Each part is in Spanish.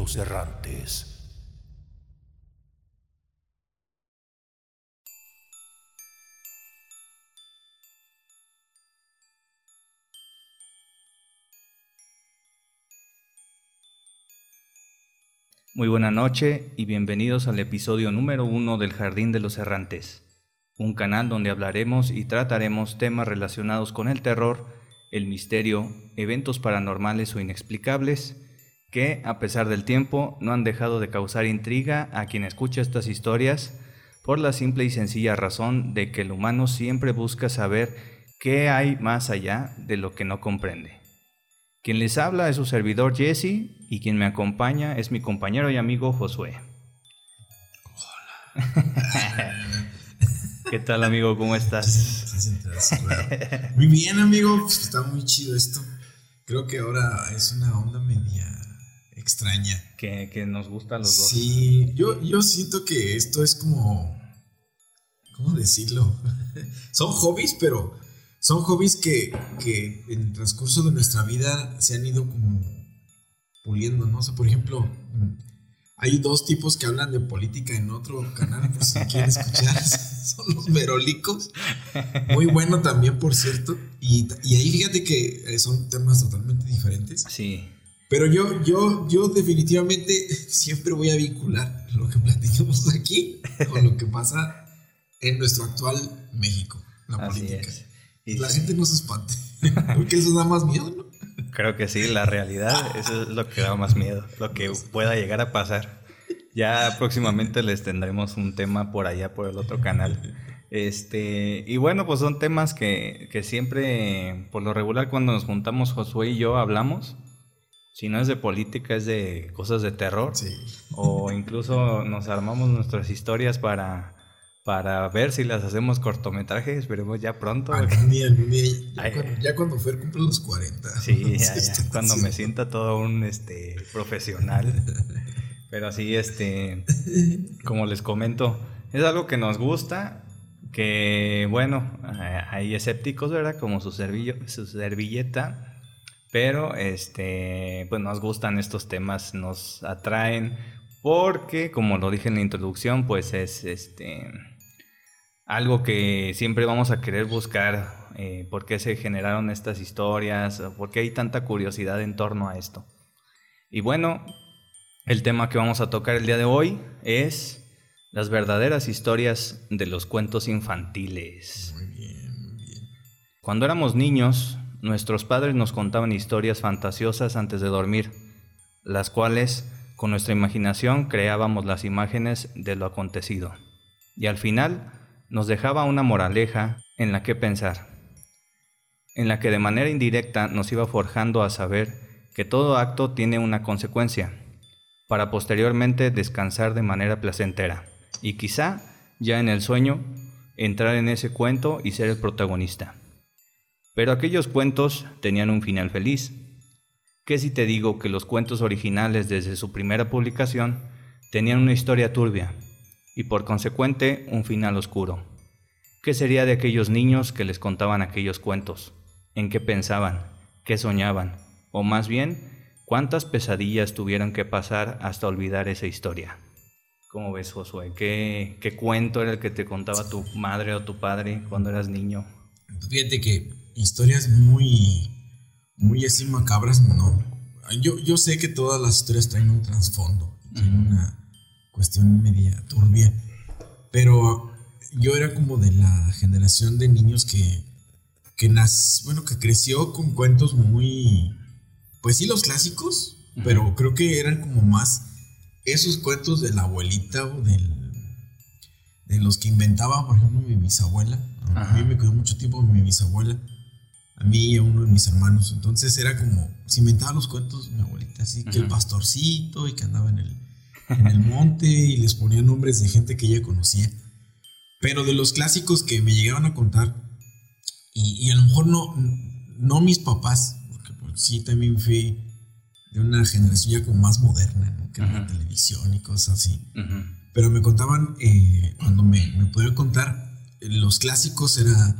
los errantes. Muy buena noche y bienvenidos al episodio número 1 del Jardín de los Errantes, un canal donde hablaremos y trataremos temas relacionados con el terror, el misterio, eventos paranormales o inexplicables que, a pesar del tiempo, no han dejado de causar intriga a quien escucha estas historias por la simple y sencilla razón de que el humano siempre busca saber qué hay más allá de lo que no comprende. Quien les habla es su servidor Jesse y quien me acompaña es mi compañero y amigo Josué. Hola. ¿Qué tal, amigo? ¿Cómo estás? Muy bien, amigo. Pues está muy chido esto. Creo que ahora es una onda media extraña. Que nos gusta a los dos. Sí, yo siento que esto es como... ¿Cómo decirlo? Son hobbies, pero... Son hobbies que en el transcurso de nuestra vida se han ido como puliendo, ¿no? O sea, por ejemplo, hay dos tipos que hablan de política en otro canal, por si quieren escuchar. Son los merolicos. Muy bueno también, por cierto. Y ahí fíjate que son temas totalmente diferentes. Sí. Pero yo definitivamente siempre voy a vincular lo que platicamos aquí con lo que pasa en nuestro actual México, la Así política. es. Y la gente no se espante, porque eso da más miedo, ¿no? Creo que sí, la realidad, eso es lo que da más miedo, lo que pueda llegar a pasar. Ya próximamente les tendremos un tema por allá, por el otro canal. Y bueno, pues son temas que siempre, por lo regular, cuando nos juntamos Josué y yo hablamos. Si no es de política, es de cosas de terror. Sí. O incluso nos armamos nuestras historias para ver si las hacemos cortometraje. Esperemos ya pronto. Algún día. Ya cuando Fer cumple los 40. Sí, ya, cuando me sienta todo un profesional. Pero sí, como les comento, es algo que nos gusta. Que bueno, hay escépticos, ¿verdad? Como su servilleta. Pero pues nos gustan estos temas, nos atraen. Porque, como lo dije en la introducción, pues es algo que siempre vamos a querer buscar, por qué se generaron estas historias, por qué hay tanta curiosidad en torno a esto. Y bueno, el tema que vamos a tocar el día de hoy es las verdaderas historias de los cuentos infantiles. Muy bien. Cuando éramos niños, nuestros padres nos contaban historias fantasiosas antes de dormir, las cuales, con nuestra imaginación, creábamos las imágenes de lo acontecido. Y al final nos dejaba una moraleja en la que pensar, en la que de manera indirecta nos iba forjando a saber que todo acto tiene una consecuencia, para posteriormente descansar de manera placentera, y quizá, ya en el sueño, entrar en ese cuento y ser el protagonista. Pero aquellos cuentos tenían un final feliz. ¿Qué si te digo que los cuentos originales desde su primera publicación tenían una historia turbia? Y por consecuente un final oscuro. ¿Qué sería de aquellos niños que les contaban aquellos cuentos? ¿En qué pensaban? ¿Qué soñaban? O más bien, ¿cuántas pesadillas tuvieron que pasar hasta olvidar esa historia? ¿Cómo ves, Josué? ¿Qué cuento era el que te contaba tu madre o tu padre cuando eras niño? Fíjate que historias muy así macabras, no. Yo sé que todas las historias traen un trasfondo, traen una cuestión media turbia, pero yo era como de la generación de niños que creció con cuentos muy, pues sí, los clásicos, pero creo que eran como más esos cuentos de la abuelita o de los que inventaba, por ejemplo, mi bisabuela. A mí me quedó mucho tiempo mi bisabuela, a mí y a uno de mis hermanos. Entonces era como, se inventaba los cuentos mi abuelita, así que el pastorcito y que andaba en el monte y les ponía nombres de gente que ella conocía. Pero de los clásicos que me llegaban a contar, y a lo mejor no mis papás, porque pues, sí también fui de una generación ya como más moderna, ¿no? Que era la televisión y cosas así. Pero me contaban, cuando me pudieron contar, los clásicos era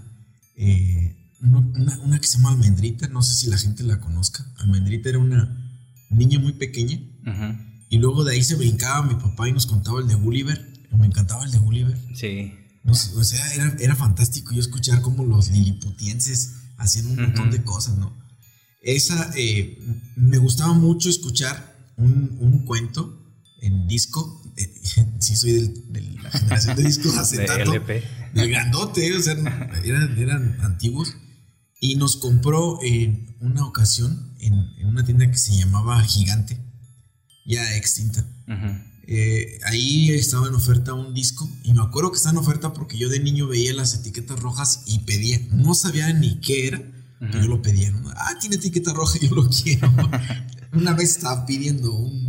una que se llama Almendrita, no sé si la gente la conozca. Almendrita era una niña muy pequeña Y luego de ahí se brincaba mi papá y nos contaba el de Gulliver. Me encantaba el de Gulliver. Sí. No sé, o sea, era fantástico yo escuchar cómo los liliputienses hacían un montón de cosas, ¿no? Me gustaba mucho escuchar un cuento en disco. Sí, soy de la generación de discos acetato. De LP. Del grandote, o sea, eran antiguos. Y nos compró en una ocasión en una tienda que se llamaba Gigante, ya extinta. Ahí estaba en oferta un disco. Y me acuerdo que estaba en oferta porque yo de niño veía las etiquetas rojas y pedía. No sabía ni qué era, pero yo lo pedía, ¿no? Tiene etiqueta roja, yo lo quiero. Una vez estaba pidiendo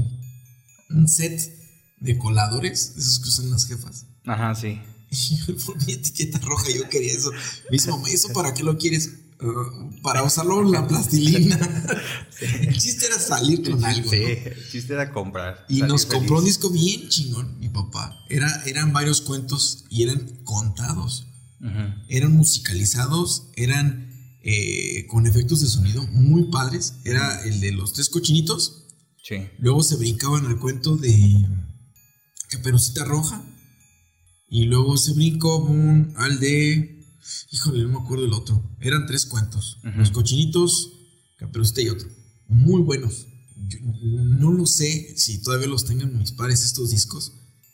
un set de coladores, esos que usan las jefas. Ajá, sí. Y yo por mi etiqueta roja, yo quería eso. Me dice, mamá, ¿eso para qué lo quieres? Para usarlo en la plastilina. Sí. El chiste era salir con algo. Sí, ¿no? el chiste era comprar. Y nos compró un disco bien chingón, mi papá. Eran varios cuentos y eran contados. Eran musicalizados, eran con efectos de sonido muy padres. Era el de los 3 cochinitos. Sí. Luego se brincaban al cuento de Caperucita Roja. Y luego se brincó al de... Híjole, no me acuerdo del otro. Eran 3 cuentos. Los cochinitos, Caperucita y otro. Muy buenos. Yo no lo sé si todavía los tengan mis padres estos discos.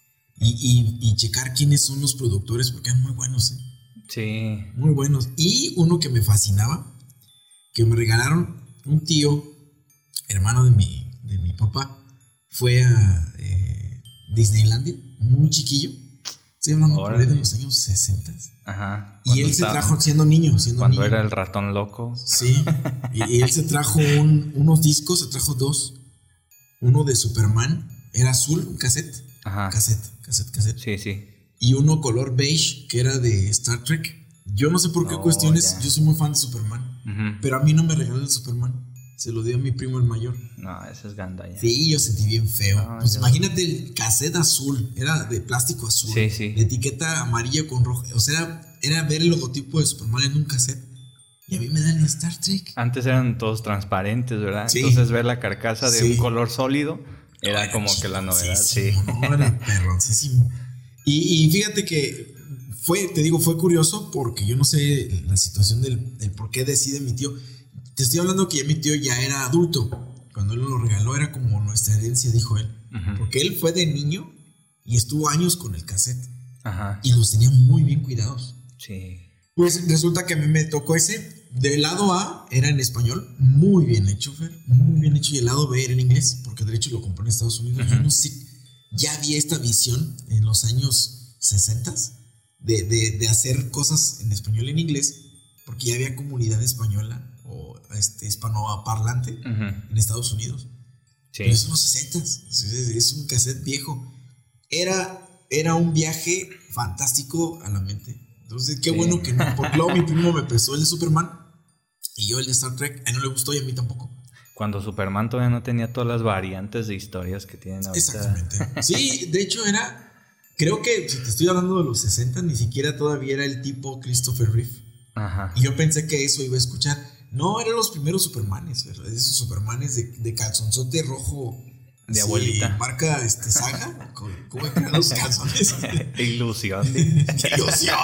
Y checar quiénes son los productores, porque eran muy buenos, Sí. Muy buenos. Y uno que me fascinaba, que me regalaron un tío, hermano de mi papá, fue a Disneylandia, muy chiquillo. Estoy hablando por ahí de los años 60. Ajá. Y él se trajo siendo niño. Cuando era el ratón loco. Sí. Y él se trajo unos discos, se trajo 2. Uno de Superman, era azul, un cassette. Ajá. Cassette. Sí. Y uno color beige, que era de Star Trek. Yo no sé por qué cuestiones, yo soy muy fan de Superman. Pero a mí no me regaló el Superman. Se lo dio a mi primo el mayor. No, ese es gandalla. Sí, yo sentí bien feo. Pues imagínate el cassette azul. Era de plástico azul. Sí. De etiqueta amarilla con roja. O sea, era ver el logotipo de Superman en un cassette. Y a mí me dan el Star Trek. Antes eran todos transparentes, ¿verdad? Sí. Entonces ver la carcasa de un color sólido era como que la novedad. Sí. No, era perroncísimo. Y fíjate que fue curioso porque yo no sé la situación del por qué decide mi tío. Te estoy hablando que ya mi tío ya era adulto. Cuando él lo regaló era como nuestra herencia, dijo él. Porque él fue de niño y estuvo años con el cassette. Ajá. Y los tenía muy bien cuidados. Sí. Pues resulta que a mí me tocó ese. Del lado A era en español, muy bien hecho, Fer. Muy bien hecho. Y el lado B era en inglés, porque de hecho lo compré en Estados Unidos. Yo no sé, ya había esta visión en los años 60 de hacer cosas en español y en inglés, porque ya había comunidad española o hispanoparlante en Estados Unidos. Sí. Pero eso en los 60, es un cassette viejo. Era un viaje fantástico a la mente. Entonces, qué bueno que no. Porque luego mi primo me prestó el de Superman y yo el de Star Trek. A él no le gustó y a mí tampoco. Cuando Superman todavía no tenía todas las variantes de historias que tienen ahorita. Exactamente. Sí, de hecho creo que si te estoy hablando de los 60, ni siquiera todavía era el tipo Christopher Reeve. Ajá. Y yo pensé que eso iba a escuchar. No, eran los primeros Supermanes, ¿verdad? Esos Supermanes de calzonzote rojo. De abuelita. Marca Saga. ¿Cómo eran los calzones? Ilusión. Ilusión.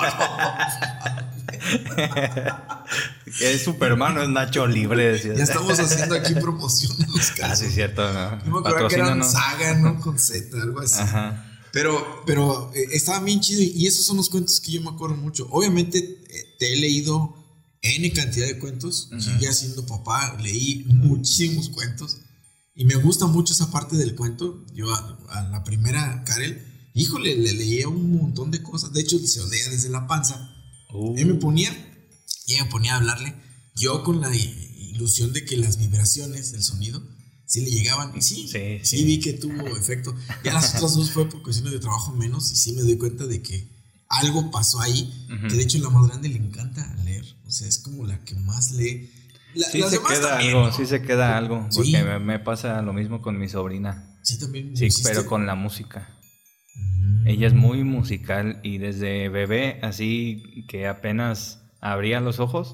Es Superman, no es Nacho Libre. Decías. Ya estamos haciendo aquí promoción de los calzones. Sí, cierto, ¿no? Yo me acuerdo que eran Saga, ¿no? Con Z, algo así. Ajá. Pero estaba bien chido. Y esos son los cuentos que yo me acuerdo mucho. Obviamente te he leído N cantidad de cuentos. Yo ya siendo papá leí muchísimos cuentos. Y me gusta mucho esa parte del cuento. Yo a la primera, Karel, híjole, le leía un montón de cosas. De hecho, se leía desde la panza. Y me ponía a hablarle. Yo con la ilusión de que las vibraciones del sonido sí le llegaban. Y sí vi que tuvo efecto. Ya las otras 2 fue por cuestiones de trabajo menos. Y sí me doy cuenta de que algo pasó ahí. Que de hecho la más grande le encanta leer. O sea, es como la que más lee. Sí se queda también, algo, ¿no? Sí se queda algo, porque me pasa lo mismo con mi sobrina. Sí, también. Sí, pero con la música. Ella es muy musical y desde bebé, así que apenas abría los ojos,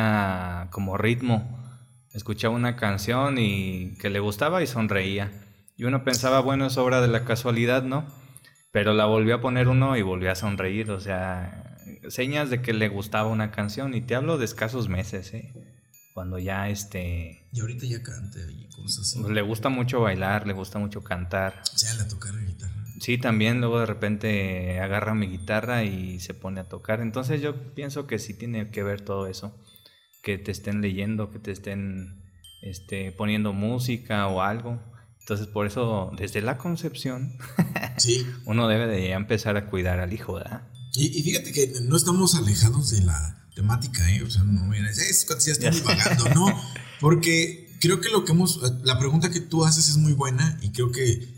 tenía como ritmo. Escuchaba una canción y que le gustaba y sonreía. Y uno pensaba, bueno, es obra de la casualidad, ¿no? Pero la volvió a poner uno y volvió a sonreír, o sea, señas de que le gustaba una canción. Y te hablo de escasos meses, ¿eh? Cuando ya Y ahorita ya canta y cosas así. le gusta mucho bailar, le gusta mucho cantar. O sea, la tocar la guitarra. Sí, también luego de repente agarra mi guitarra y se pone a tocar. Entonces yo pienso que sí tiene que ver todo eso. Que te estén leyendo, que te estén poniendo música o algo. Entonces por eso desde la concepción Sí. uno debe de ya empezar a cuidar al hijo, ¿verdad? Y fíjate que no estamos alejados de la temática, ¿eh? O sea, no miras, cuando ya están divagando, ¿no? Porque creo que la pregunta que tú haces es muy buena y creo que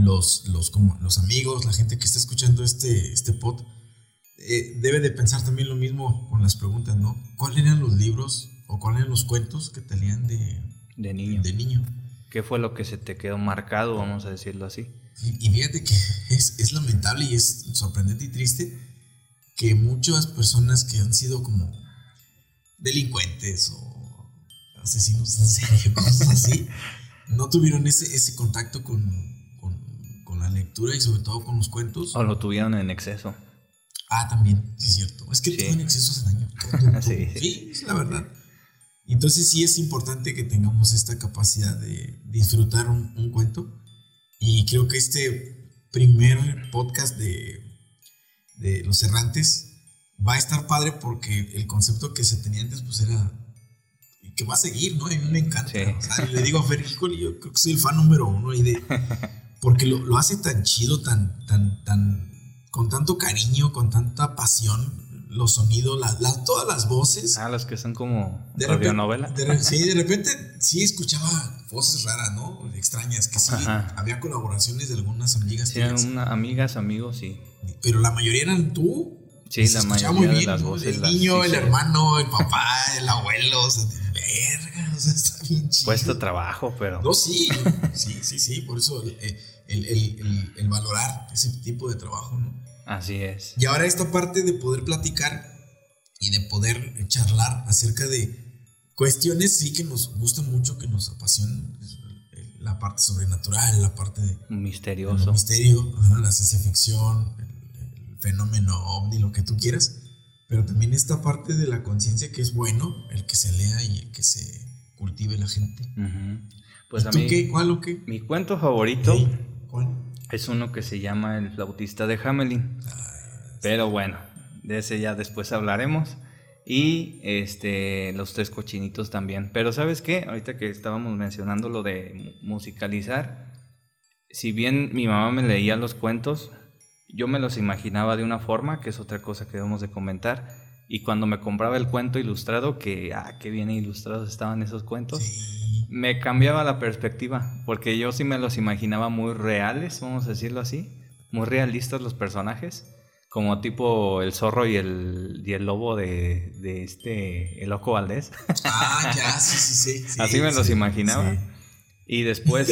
los amigos, la gente que está escuchando este pod, debe de pensar también lo mismo con las preguntas, ¿no? ¿Cuáles eran los libros o cuáles eran los cuentos que te leían de niño? De niño. ¿Qué fue lo que se te quedó marcado, vamos a decirlo así? Y fíjate que es lamentable y es sorprendente y triste que muchas personas que han sido como delincuentes o asesinos en serie, cosas así, no tuvieron ese contacto con la lectura y sobre todo con los cuentos. O lo tuvieron en exceso. También, sí es cierto. Es que sí. todo en exceso hace daño. Sí, es la verdad. Entonces sí es importante que tengamos esta capacidad de disfrutar un cuento. Y creo que este primer podcast de Los Errantes va a estar padre porque el concepto que se tenía antes pues era que va a seguir, ¿no? A mí me encanta. Sí. O sea, le digo a Fer, híjole, yo creo que soy el fan número 1 ahí porque lo hace tan chido, tan con tanto cariño, con tanta pasión, los sonidos, todas las voces. Las que son como radionovela. Sí, de repente sí escuchaba voces raras, ¿no? Extrañas, que sí. Ajá. Había colaboraciones de algunas amigas. Sí, amigas, amigos, sí. Pero la mayoría eran tú. Sí, la mayoría de las voces. El niño, el hermano, el papá, el abuelo, o sea, verga, o sea, está bien chido. Cuesta trabajo, pero... No, sí, por eso el valorar ese tipo de trabajo, ¿no? Así es. Y ahora esta parte de poder platicar y de poder charlar acerca de cuestiones sí que nos gustan mucho, que nos apasionan, la parte sobrenatural, la parte de misterioso, el misterio, la ciencia ficción, el fenómeno ovni, lo que tú quieras, pero también esta parte de la conciencia que es bueno, el que se lea y el que se cultive la gente. Uh-huh. Pues ¿Y a tú mí, qué? ¿Cuál o qué? Mi cuento favorito, ¿cuál? Es uno que se llama El flautista de Hamelin. Pero bueno, de ese ya después hablaremos. Y los tres cochinitos también. Pero ¿sabes qué? Ahorita que estábamos mencionando lo de musicalizar, si bien mi mamá me leía los cuentos, yo me los imaginaba de una forma, que es otra cosa que debemos de comentar. Y cuando me compraba el cuento ilustrado, que qué bien ilustrados estaban esos cuentos, sí, me cambiaba la perspectiva, porque yo sí me los imaginaba muy reales, vamos a decirlo así, muy realistas los personajes, como tipo el zorro y el lobo de el Loco Valdés. Ya, sí. Así me los imaginaba. Sí. Y después,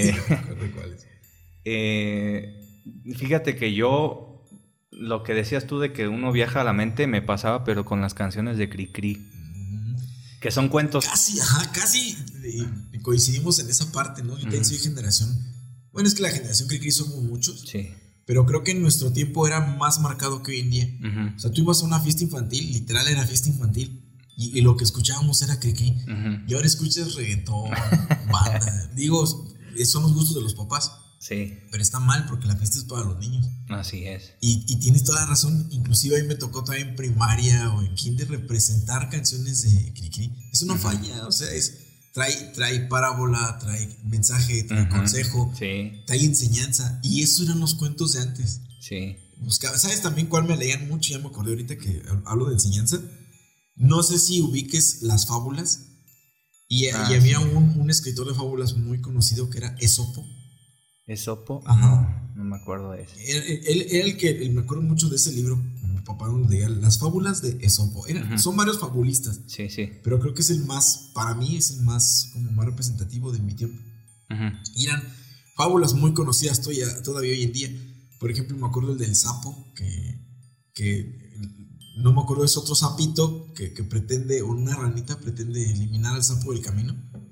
fíjate que yo... Lo que decías tú de que uno viaja a la mente me pasaba, pero con las canciones de Cricri, que son cuentos. Casi coincidimos en esa parte, ¿no? Yo también soy generación. Bueno, es que la generación Cricri somos muchos. Sí. Pero creo que en nuestro tiempo era más marcado que hoy en día. O sea, tú ibas a una fiesta infantil, literal era fiesta infantil, y lo que escuchábamos era Cricri. Y ahora escuchas reggaetón, banda. Digo, son los gustos de los papás. Sí. Pero está mal porque la fiesta es para los niños. Así es. Y tienes toda la razón. Inclusive a mí me tocó todavía en primaria o en kinder representar canciones de Cricri. Es una falla, o sea, trae parábola, trae mensaje, trae consejo, sí, trae enseñanza. Y eso eran los cuentos de antes. Sí. Buscaba, ¿sabes también cuál me leían mucho? Ya me acordé ahorita que hablo de enseñanza. No sé si ubiques las fábulas. Y había un escritor de fábulas muy conocido que era Esopo. ¿Esopo? Ajá. No me acuerdo de ese. Él era el que me acuerdo mucho de ese libro. Mi papá nos leía las fábulas de Esopo. Son varios fabulistas. Sí. Pero creo que es el más, para mí, es el más como más representativo de mi tiempo. Y eran fábulas muy conocidas todavía hoy en día. Por ejemplo, me acuerdo el del sapo, que no me acuerdo, es otro sapito que pretende, o una ranita pretende eliminar al sapo del camino.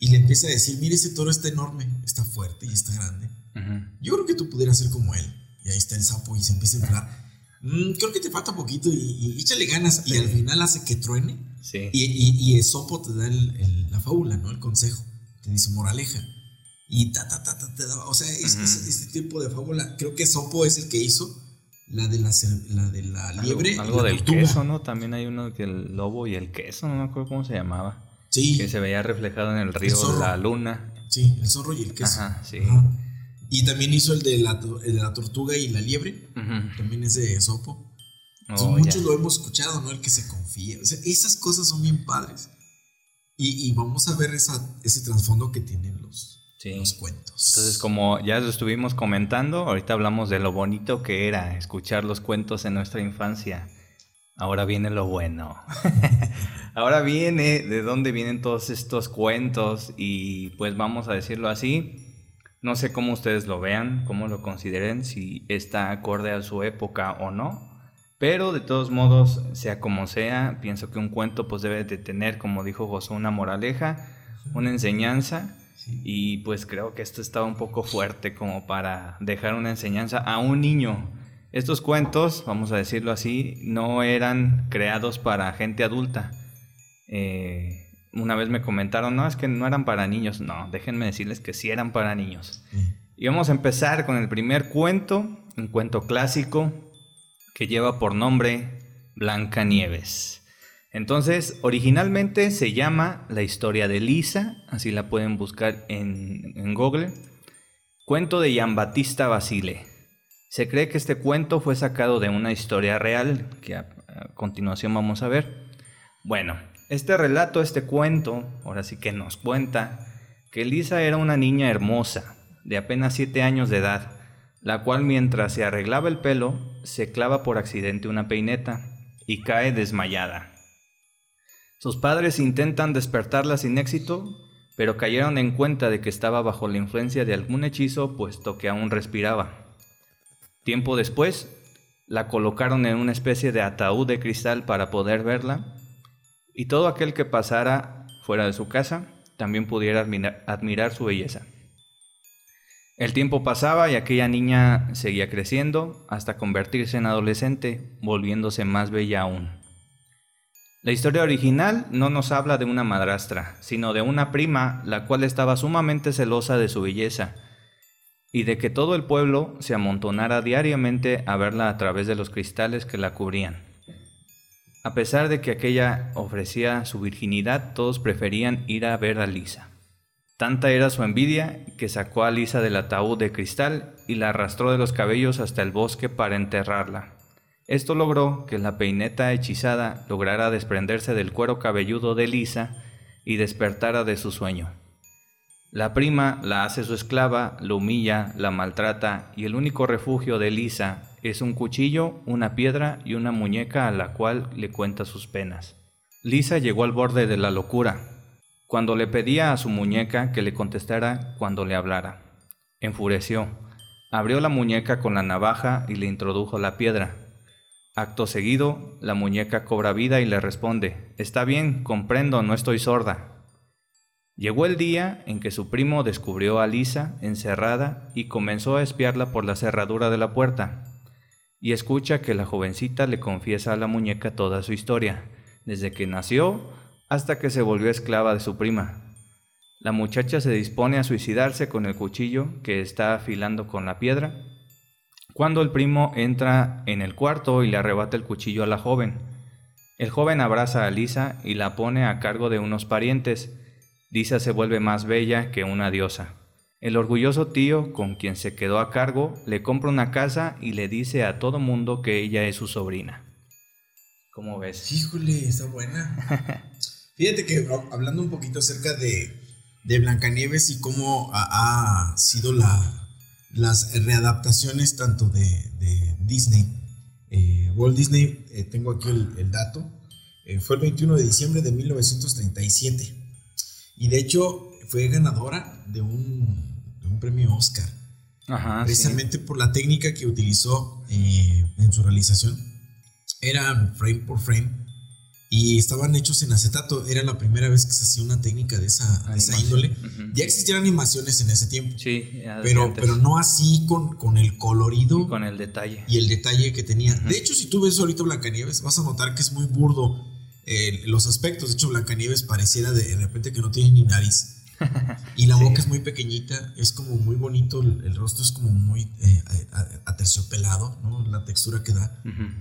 y le empieza a decir, mira, ese toro está enorme, está fuerte y está grande. Yo creo que tú pudieras ser como él. Y ahí está el sapo y se empieza a inflar. Creo que te falta poquito y échale ganas. Sí. Y al final hace que truene. Sí. Y Esopo te da la fábula, ¿no? El consejo. Te dice moraleja. Y te da. O sea, este tipo de fábula. Creo que Esopo es el que hizo la de la liebre. Algo del queso, ¿no? También hay uno que el lobo y el queso, no me acuerdo cómo se llamaba. Sí. Que se veía reflejado en el río de la luna. Sí, el zorro y el queso. Ajá, sí. Ajá. Y también hizo el de la tortuga y la liebre. También es de Esopo. Muchos lo hemos escuchado, ¿no? El que se confía. O sea, esas cosas son bien padres. Y vamos a ver ese trasfondo que tienen los cuentos. Entonces, como ya lo estuvimos comentando, ahorita hablamos de lo bonito que era escuchar los cuentos en nuestra infancia. Ahora viene lo bueno. Ahora viene de dónde vienen todos estos cuentos y pues vamos a decirlo así. No sé cómo ustedes lo vean, cómo lo consideren, si está acorde a su época o no. Pero de todos modos, sea como sea, pienso que un cuento pues debe de tener, como dijo Josué, una moraleja, una enseñanza. Y pues creo que esto estaba un poco fuerte como para dejar una enseñanza a un niño. Estos cuentos, vamos a decirlo así, no eran creados para gente adulta. Una vez me comentaron, no, es que no eran para niños. No, déjenme decirles que sí eran para niños. Y vamos a empezar con el primer cuento, un cuento clásico que lleva por nombre Blancanieves. Entonces, originalmente se llama La historia de Lisa, así la pueden buscar en Google. Cuento de Giambattista Basile. Se cree que este cuento fue sacado de una historia real, que a continuación vamos a ver. Bueno, este relato, este cuento, ahora sí que nos cuenta que Lisa era una niña hermosa, de apenas 7 años de edad, la cual mientras se arreglaba el pelo, se clava por accidente una peineta y cae desmayada. Sus padres intentan despertarla sin éxito, pero cayeron en cuenta de que estaba bajo la influencia de algún hechizo, puesto que aún respiraba. Tiempo después, la colocaron en una especie de ataúd de cristal para poder verla, y todo aquel que pasara fuera de su casa también pudiera admirar su belleza. El tiempo pasaba y aquella niña seguía creciendo hasta convertirse en adolescente, volviéndose más bella aún. La historia original no nos habla de una madrastra, sino de una prima, la cual estaba sumamente celosa de su belleza, y de que todo el pueblo se amontonara diariamente a verla a través de los cristales que la cubrían. A pesar de que aquella ofrecía su virginidad, todos preferían ir a ver a Lisa. Tanta era su envidia que sacó a Lisa del ataúd de cristal y la arrastró de los cabellos hasta el bosque para enterrarla. Esto logró que la peineta hechizada lograra desprenderse del cuero cabelludo de Lisa y despertara de su sueño. La prima la hace su esclava, la humilla, la maltrata y el único refugio de Lisa es un cuchillo, una piedra y una muñeca a la cual le cuenta sus penas. Lisa llegó al borde de la locura cuando le pedía a su muñeca que le contestara cuando le hablara. Enfureció, abrió la muñeca con la navaja y le introdujo la piedra. Acto seguido, la muñeca cobra vida y le responde: «Está bien, comprendo, no estoy sorda». Llegó el día en que su primo descubrió a Lisa encerrada y comenzó a espiarla por la cerradura de la puerta. Y escucha que la jovencita le confiesa a la muñeca toda su historia, desde que nació hasta que se volvió esclava de su prima. La muchacha se dispone a suicidarse con el cuchillo que está afilando con la piedra, cuando el primo entra en el cuarto y le arrebata el cuchillo a la joven. El joven abraza a Lisa y la pone a cargo de unos parientes. Lisa se vuelve más bella que una diosa. El orgulloso tío, con quien se quedó a cargo, le compra una casa y le dice a todo mundo que ella es su sobrina. ¿Cómo ves? Híjole, está buena. Fíjate que hablando un poquito acerca de Blancanieves y cómo ha sido las readaptaciones tanto de Disney. Walt Disney, tengo aquí el dato, fue el 21 de diciembre de 1937. Y de hecho fue ganadora de un premio Oscar. Ajá, precisamente por la técnica que utilizó en su realización. Eran frame por frame. y estaban hechos en acetato. Era la primera vez que se hacía una técnica de esa índole. Ya existían animaciones en ese tiempo. Sí, pero no así con el colorido. Y con el detalle. Y el detalle que tenía. De hecho, si tú ves ahorita Blancanieves, vas a notar que es muy burdo los aspectos. De hecho, Blancanieves pareciera de repente que no tiene ni nariz. Y la boca es muy pequeñita, es como muy bonito, el rostro es como muy aterciopelado, ¿no? La textura que da.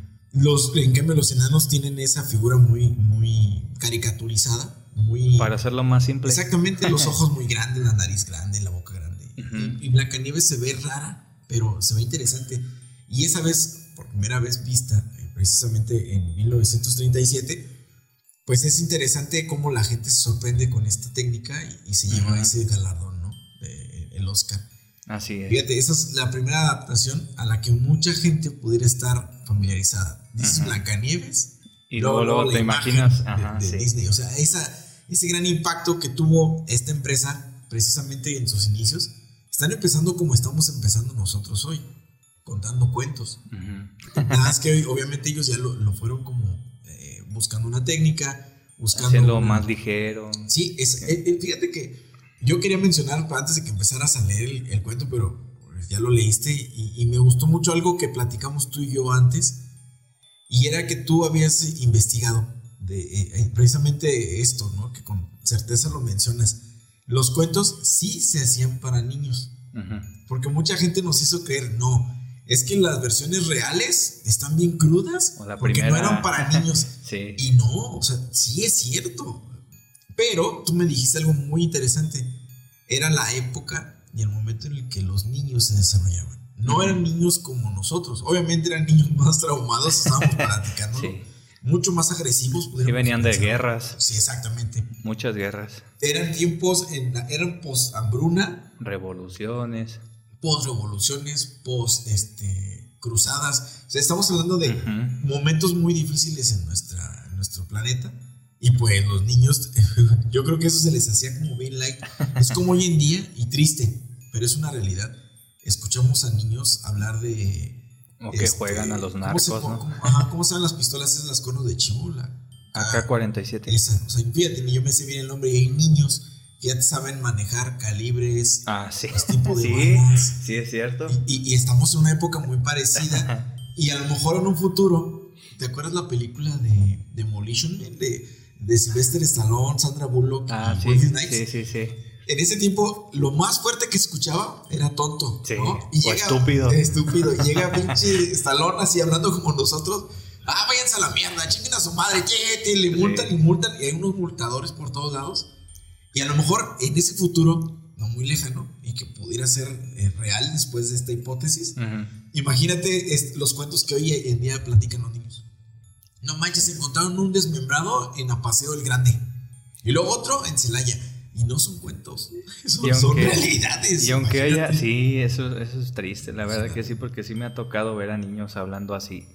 En cambio, los enanos tienen esa figura muy, muy caricaturizada. Para hacerlo más simple. Exactamente, los ojos muy grandes, la nariz grande, la boca grande. Y Blancanieves se ve rara, pero se ve interesante. Y esa vez, por primera vez vista, precisamente en 1937, pues es interesante cómo la gente se sorprende con esta técnica y se lleva ese galardón, ¿no? El Oscar. Así es. Fíjate, esa es la primera adaptación a la que mucha gente pudiera estar familiarizada. Dices Blancanieves y luego te imaginas de Disney. O sea, ese gran impacto que tuvo esta empresa precisamente en sus inicios, están empezando como estamos empezando nosotros hoy, contando cuentos. Nada más que obviamente ellos ya lo fueron como buscando una técnica, haciendo más ligero. Sí, fíjate que yo quería mencionar antes de que empezaras a leer el cuento, pero ya lo leíste y me gustó mucho algo que platicamos tú y yo antes, y era que tú habías investigado precisamente esto, ¿no? Que con certeza lo mencionas. Los cuentos sí se hacían para niños, porque mucha gente nos hizo creer, no, es que las versiones reales están bien crudas porque no eran para niños. Sí. Y no, o sea, sí es cierto. Pero tú me dijiste algo muy interesante. Era la época y el momento en el que los niños se desarrollaban. No eran niños como nosotros. Obviamente eran niños más traumados, estábamos platicando. Sí. Mucho más agresivos. Y venían de guerras. Sí, exactamente. Muchas guerras. Eran tiempos, eran post-hambruna. Revoluciones. Post-revoluciones, post-cruzadas. O sea, estamos hablando de momentos muy difíciles en nuestro planeta. Y pues los niños, yo creo que eso se les hacía como bien light. Es como hoy en día, y triste, pero es una realidad. Escuchamos a niños hablar de... O que juegan a los narcos, ¿no? ¿Cómo se llaman las pistolas? Esas, las conos de chibola. AK-47. Esa, o sea, fíjate, yo me sé bien el nombre y hay niños que ya te saben manejar calibres, sí. Tipo de balas. Sí, es cierto. Y estamos en una época muy parecida. Y a lo mejor en un futuro, ¿te acuerdas la película de Demolition Man? De Sylvester Stallone, Sandra Bullock y Wesley Snipes. Sí. En ese tiempo, lo más fuerte que escuchaba era tonto, sí, ¿no? Y llega, estúpido. Y llega pinche Stallone así hablando como nosotros. Váyanse a la mierda, chinguen a su madre, le multan y multan. Y hay unos multadores por todos lados. Y a lo mejor en ese futuro, no muy lejano, y que pudiera ser real después de esta hipótesis, imagínate los cuentos que hoy en día platican los niños. No manches, encontraron un desmembrado en Apaseo del Grande. Y luego otro en Celaya. Y no son cuentos, son realidades. Y aunque haya, sí, eso es triste, la verdad que sí, porque sí me ha tocado ver a niños hablando así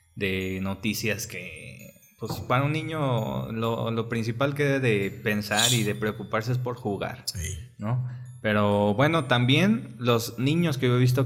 de noticias que, pues para un niño lo principal que debe de pensar y de preocuparse es por jugar, ¿no? Pero bueno, también los niños que yo he visto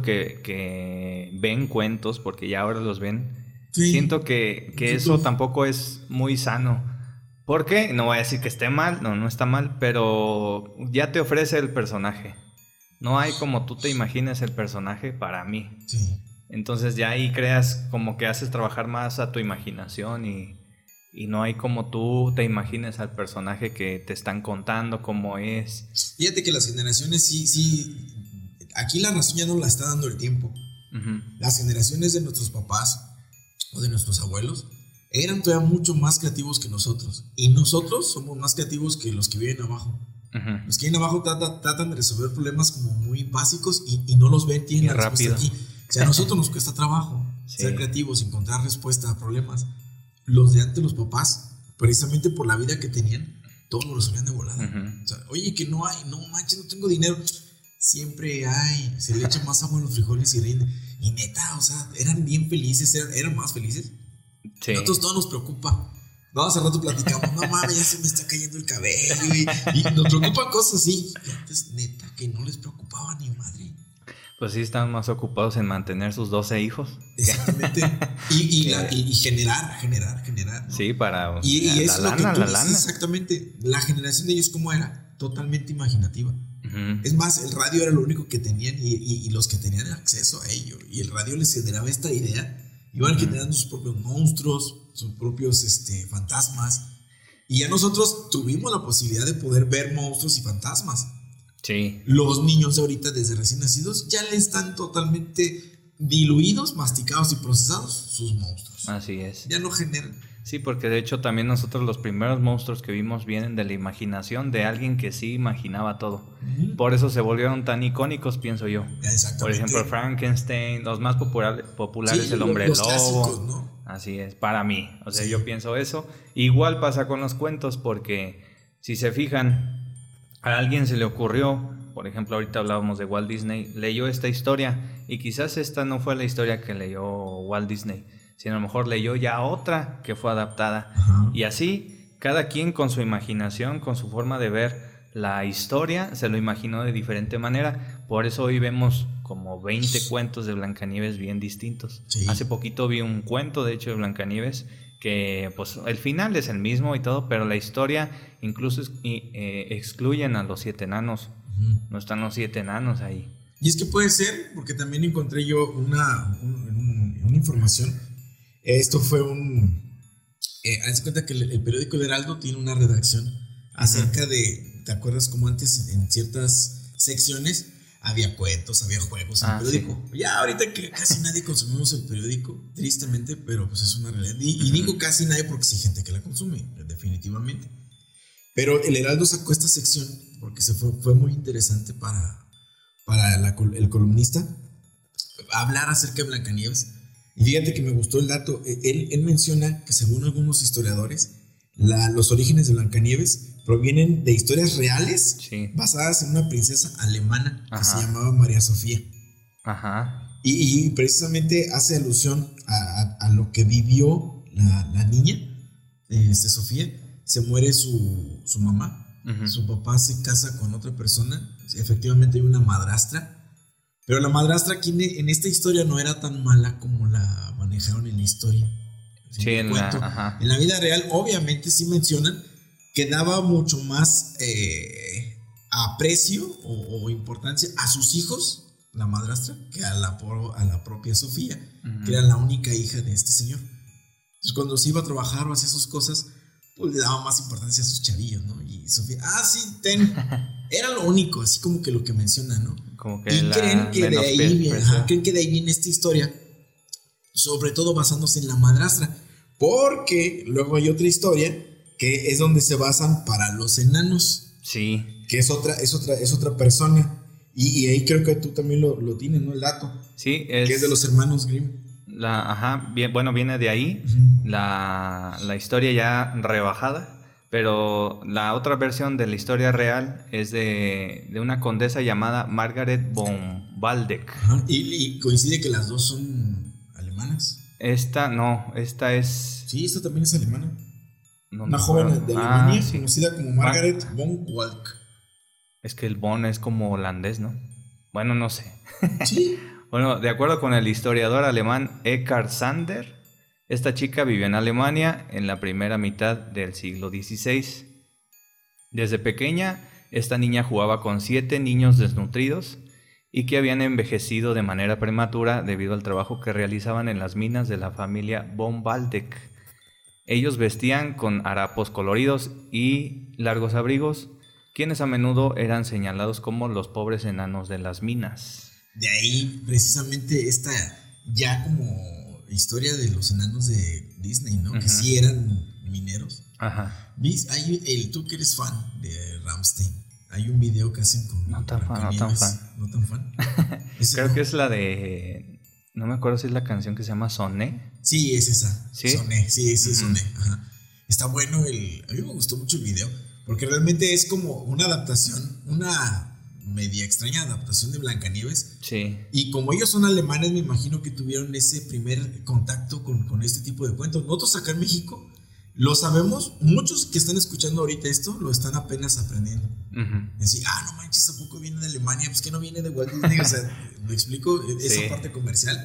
que ven cuentos, porque ya ahora los ven, siento que eso tampoco es muy sano. ¿Por qué? No voy a decir que esté mal, no está mal, pero ya te ofrece el personaje. No hay como tú te imaginas el personaje para mí. Sí. Entonces ya ahí creas como que haces trabajar más a tu imaginación y no hay como tú te imagines al personaje que te están contando cómo es. Fíjate que las generaciones sí, aquí la razón ya no la está dando el tiempo. Las generaciones de nuestros papás o de nuestros abuelos eran todavía mucho más creativos que nosotros. Y nosotros somos más creativos que los que viven abajo. Los que viven abajo tratan de resolver problemas como muy básicos y no los ven, tienen la respuesta aquí. O sea, a nosotros nos cuesta trabajo ser creativos, encontrar respuesta a problemas. Los de antes, los papás, precisamente por la vida que tenían, todo lo resolvían de volada. O sea, oye, que no hay, no manches, no tengo dinero. Siempre hay, se le echa más agua a los frijoles y rinden. Y neta, o sea, eran bien felices, eran más felices. Sí. Nosotros todo nos preocupa. No, hace rato platicamos, no mames, ya se me está cayendo el cabello. Y nos preocupan cosas así. Y antes, neta, que no les preocupaba ni madre. Pues sí, están más ocupados en mantener sus 12 hijos. Exactamente. Y generar. Sí, para Y la es lo que lana, tú la dices lana. exactamente. La generación de ellos, ¿cómo era? Totalmente imaginativa. Es más, el radio era lo único que tenían y los que tenían acceso a ello. Y el radio les generaba esta idea. Iban generando sus propios monstruos, sus propios fantasmas. Y ya nosotros tuvimos la posibilidad de poder ver monstruos y fantasmas. Sí. Los niños de ahorita, desde recién nacidos, ya le están totalmente diluidos, masticados y procesados sus monstruos. Así es. Ya no generan. Sí, porque de hecho también nosotros los primeros monstruos que vimos vienen de la imaginación de alguien que sí imaginaba todo. Por eso se volvieron tan icónicos, pienso yo. Exactamente. Por ejemplo, Frankenstein, los más populares, Sí, el hombre los lobo. clásicos, ¿no? Así es, para mí. O sea, Sí. yo pienso eso. Igual pasa con los cuentos, porque si se fijan, a alguien se le ocurrió, por ejemplo, ahorita hablábamos de Walt Disney, leyó esta historia y quizás esta no fue la historia que leyó Walt Disney, sino a lo mejor leyó ya otra que fue adaptada. Ajá. Y así, cada quien con su imaginación, con su forma de ver la historia, se lo imaginó de diferente manera. Por eso hoy vemos como 20 cuentos de Blancanieves bien distintos. Sí. Hace poquito vi un cuento, de hecho, de Blancanieves, que pues el final es el mismo y todo, pero la historia incluso excluyen a los 7 enanos. No están los 7 enanos ahí. Y es que puede ser, porque también encontré yo una información. Esto fue haz de cuenta que el periódico El Heraldo tiene una redacción acerca de, ¿te acuerdas como antes en ciertas secciones había cuentos, había juegos en el periódico? Sí. Ya ahorita que casi nadie consumimos el periódico, tristemente, pero pues es una realidad. Y digo casi nadie porque sí hay gente que la consume, definitivamente. Pero El Heraldo sacó esta sección porque fue muy interesante para el columnista hablar acerca de Blancanieves. Y fíjate que me gustó el dato. Él menciona que según algunos historiadores, los orígenes de Blancanieves provienen de historias reales, sí, basadas en una princesa alemana que se llamaba María Sofía. Ajá. Y precisamente hace alusión a lo que vivió la niña, Sofía. Se muere su mamá. Su papá se casa con otra persona. Efectivamente hay una madrastra. Pero la madrastra aquí en esta historia no era tan mala como la manejaron en la historia. Sí, en la vida real, obviamente, sí mencionan que daba mucho más aprecio o importancia a sus hijos, la madrastra, que a la propia Sofía, que era la única hija de este señor. Entonces, cuando se iba a trabajar o hacía sus cosas, pues le daba más importancia a sus chavillos, ¿no? Y Sofía, sí, era lo único, así como que lo que menciona, ¿no? Como que y creen que de ahí viene esta historia, sobre todo basándose en la madrastra, porque luego hay otra historia que es donde se basan para los enanos. Sí. Que es otra persona. Y ahí creo que tú también lo tienes, ¿no? El dato. Sí, que es de los hermanos Grimm. Viene de ahí, la historia ya rebajada. Pero la otra versión de la historia real es de una condesa llamada Margaret von Waldeck. Y coincide que las dos son alemanas. Esta es... Sí, esta también es alemana. No, una joven de Alemania, sí, conocida como Margaret von Waldeck. Es que el von es como holandés, ¿no? Bueno, no sé. Sí. Bueno, de acuerdo con el historiador alemán Eckhard Sander, esta chica vivió en Alemania en la primera mitad del siglo XVI. Desde pequeña, esta niña jugaba con 7 niños desnutridos y que habían envejecido de manera prematura debido al trabajo que realizaban en las minas de la familia von Waldeck. Ellos vestían con harapos coloridos y largos abrigos, quienes a menudo eran señalados como los pobres enanos de las minas. De ahí, precisamente, esta ya como historia de los enanos de Disney, ¿no? Que sí eran mineros. Ajá. ¿Ves? Tú que eres fan de Rammstein, hay un video que hacen con... No tan fan. ¿No tan fan? Creo que es la de... No me acuerdo si es la canción que se llama Soné. Sí, es esa. ¿Sí? Soné, sí, Soné. Ajá. Está bueno a mí me gustó mucho el video, porque realmente es como una adaptación, una media extraña adaptación de Blancanieves. Sí. Y como ellos son alemanes, me imagino que tuvieron ese primer contacto con este tipo de cuentos. Nosotros acá en México lo sabemos, muchos que están escuchando ahorita esto lo están apenas aprendiendo. Decir, no manches, ¿a poco viene de Alemania? Pues que no viene de Walt Disney. O sea, ¿me explico? Esa parte comercial.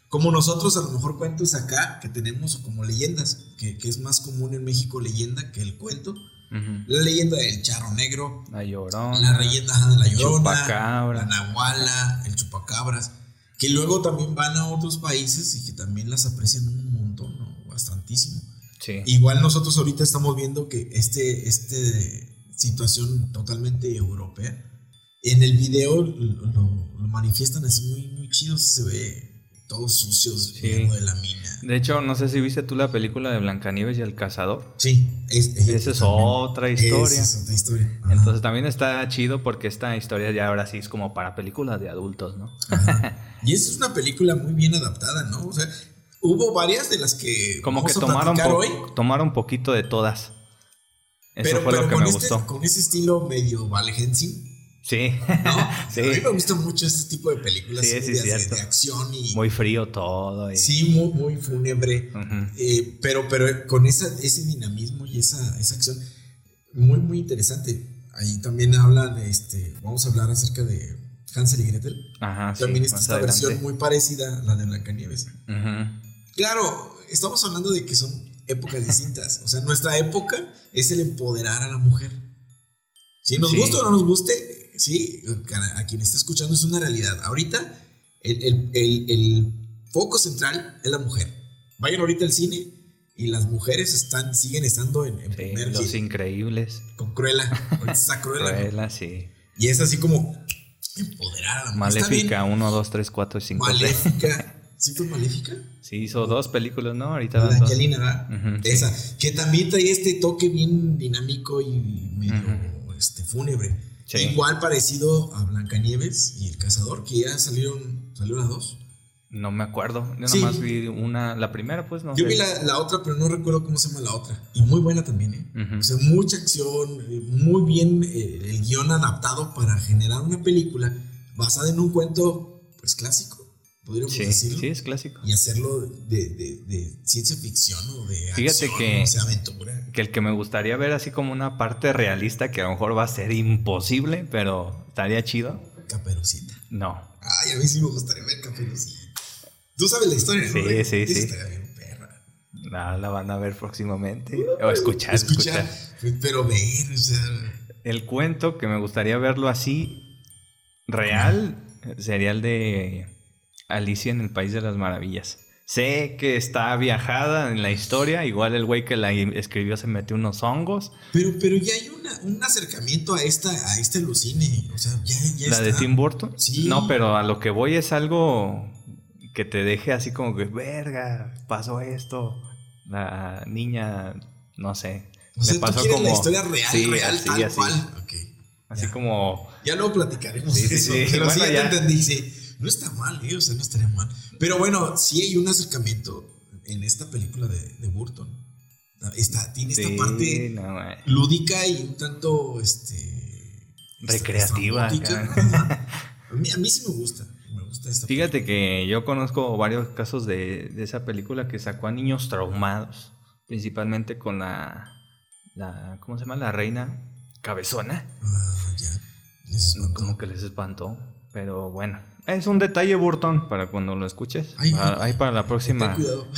Como nosotros a lo mejor cuentos acá que tenemos o como leyendas, que es más común en México leyenda que el cuento. La leyenda del charro negro, la llorona, la leyenda de la llorona, chupacabra, la nahuala, el chupacabras, que luego también van a otros países y que también las aprecian un montón, ¿no? Bastantísimo. Sí. Igual nosotros ahorita estamos viendo que este situación totalmente europea, en el video lo manifiestan así muy, muy chido, se ve todos sucios, lleno de la mina. De hecho, no sé si viste tú la película de Blancanieves y el Cazador. Sí, esa es otra historia. Esa es otra historia. Entonces también está chido porque esta historia ya ahora sí es como para películas de adultos, ¿no? Y esa es una película muy bien adaptada, ¿no? O sea, hubo varias de las que como vamos que a tomaron un poquito de todas. Eso pero fue lo que me gustó. Con ese estilo medio Van Helsing. Sí. ¿No? Sí. A mí me gusta mucho este tipo de películas de acción y muy frío todo. Sí, muy, muy fúnebre. Pero con ese dinamismo y esa acción muy, muy interesante. Ahí también hablan, vamos a hablar acerca de Hansel y Gretel. Ajá, también sí, esta versión muy parecida a la de Blancanieves. Claro, estamos hablando de que son épocas distintas. O sea, nuestra época es el empoderar a la mujer. Si nos gusta o no nos guste, sí, a quien está escuchando es una realidad. Ahorita el foco central es la mujer. Vayan ahorita al cine y las mujeres siguen estando en primer Los Increíbles. con Cruella. Ahorita está Cruella. Cruella, sí. Y es así como empoderar a la mujer. Maléfica 1, 2, 3, 4 y 5. Maléfica. ¿Sí fue Maléfica? Sí, hizo 2 películas, ¿no? Ahorita la Angelina, ¿verdad? Esa, sí. Que también trae este toque bien dinámico y medio fúnebre. Sí. Igual parecido a Blancanieves y el Cazador, que ya salió las 2. No me acuerdo, yo nomás vi la primera, pues no sé. Yo vi la otra, pero no recuerdo cómo se llama la otra. Y muy buena también, ¿eh? O sea, mucha acción, muy bien el guión adaptado para generar una película basada en un cuento, pues clásico, podríamos decirlo. Sí, es clásico. Y hacerlo de ciencia ficción o de Fíjate acción, o sea, aventura. Que el que me gustaría ver así como una parte realista, que a lo mejor va a ser imposible, pero estaría chido. Caperucita. No. Ay, a mí sí me gustaría ver Caperucita. Tú sabes la historia, ¿no? Sí. Estaría bien, perra. La van a ver próximamente. O escuchar. Pero ver, o sea. El cuento que me gustaría verlo así, real, sería el de Alicia en el País de las Maravillas. Sé que está viajada en la historia, igual el güey que la escribió se metió unos hongos. Pero ya hay un acercamiento a este alucine, o sea, ya ¿La está. de Tim Burton? Sí. No, pero a lo que voy es algo que te deje así como que, verga, pasó esto, la niña, no sé. O sea, pasó ¿tú quieres como la historia real, tal así. cual? Okay, así ya. Como... Ya luego platicaremos de eso, pero bueno, sí, ya te entendí, sí. No está mal, o sea, no estaría mal. Pero bueno, sí hay un acercamiento en esta película de Burton. Tiene esta parte lúdica y un tanto recreativa. A mí sí me gusta esta Fíjate película. Que yo conozco varios casos de esa película que sacó a niños traumados, principalmente con la ¿cómo se llama? La reina cabezona. Ya. Como que les espantó, pero bueno. Es un detalle, Burton, para cuando lo escuches. Ahí para la próxima. Ten cuidado.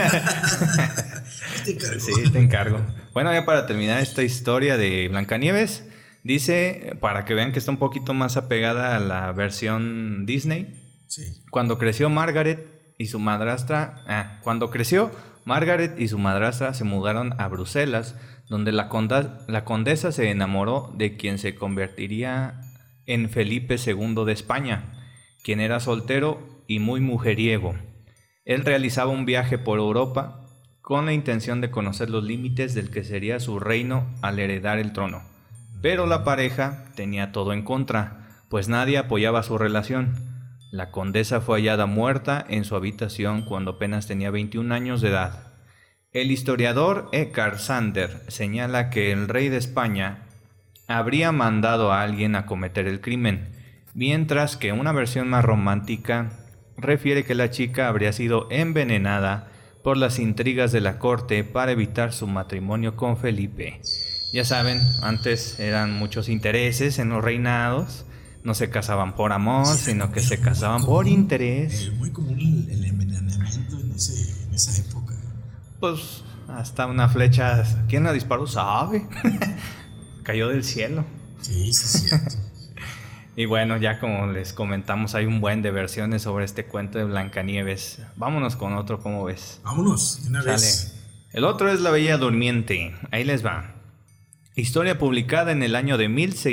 Te encargo. Sí, te encargo. Bueno, ya para terminar esta historia de Blancanieves, dice, para que vean que está un poquito más apegada a la versión Disney. Sí. Cuando creció Margaret y su madrastra se mudaron a Bruselas, donde la condesa se enamoró de quien se convertiría en Felipe II de España, quien era soltero y muy mujeriego. Él realizaba un viaje por Europa con la intención de conocer los límites del que sería su reino al heredar el trono. Pero la pareja tenía todo en contra, pues nadie apoyaba su relación. La condesa fue hallada muerta en su habitación cuando apenas tenía 21 años de edad. El historiador Eckhard Sander señala que el rey de España habría mandado a alguien a cometer el crimen, mientras que una versión más romántica refiere que la chica habría sido envenenada por las intrigas de la corte para evitar su matrimonio con Felipe. Ya saben, antes eran muchos intereses en los reinados, no se casaban por amor, sino que se casaban por interés. Muy común el Pues hasta una flecha, ¿quién la disparó? ¿Sabe? Cayó del cielo. Sí, sí, es cierto. Y bueno, ya como les comentamos, hay un buen de versiones sobre este cuento de Blancanieves. Vámonos con otro, ¿cómo ves? Vámonos, de una Sale. vez. El otro es La Bella Durmiente. Ahí les va. Historia publicada en el año de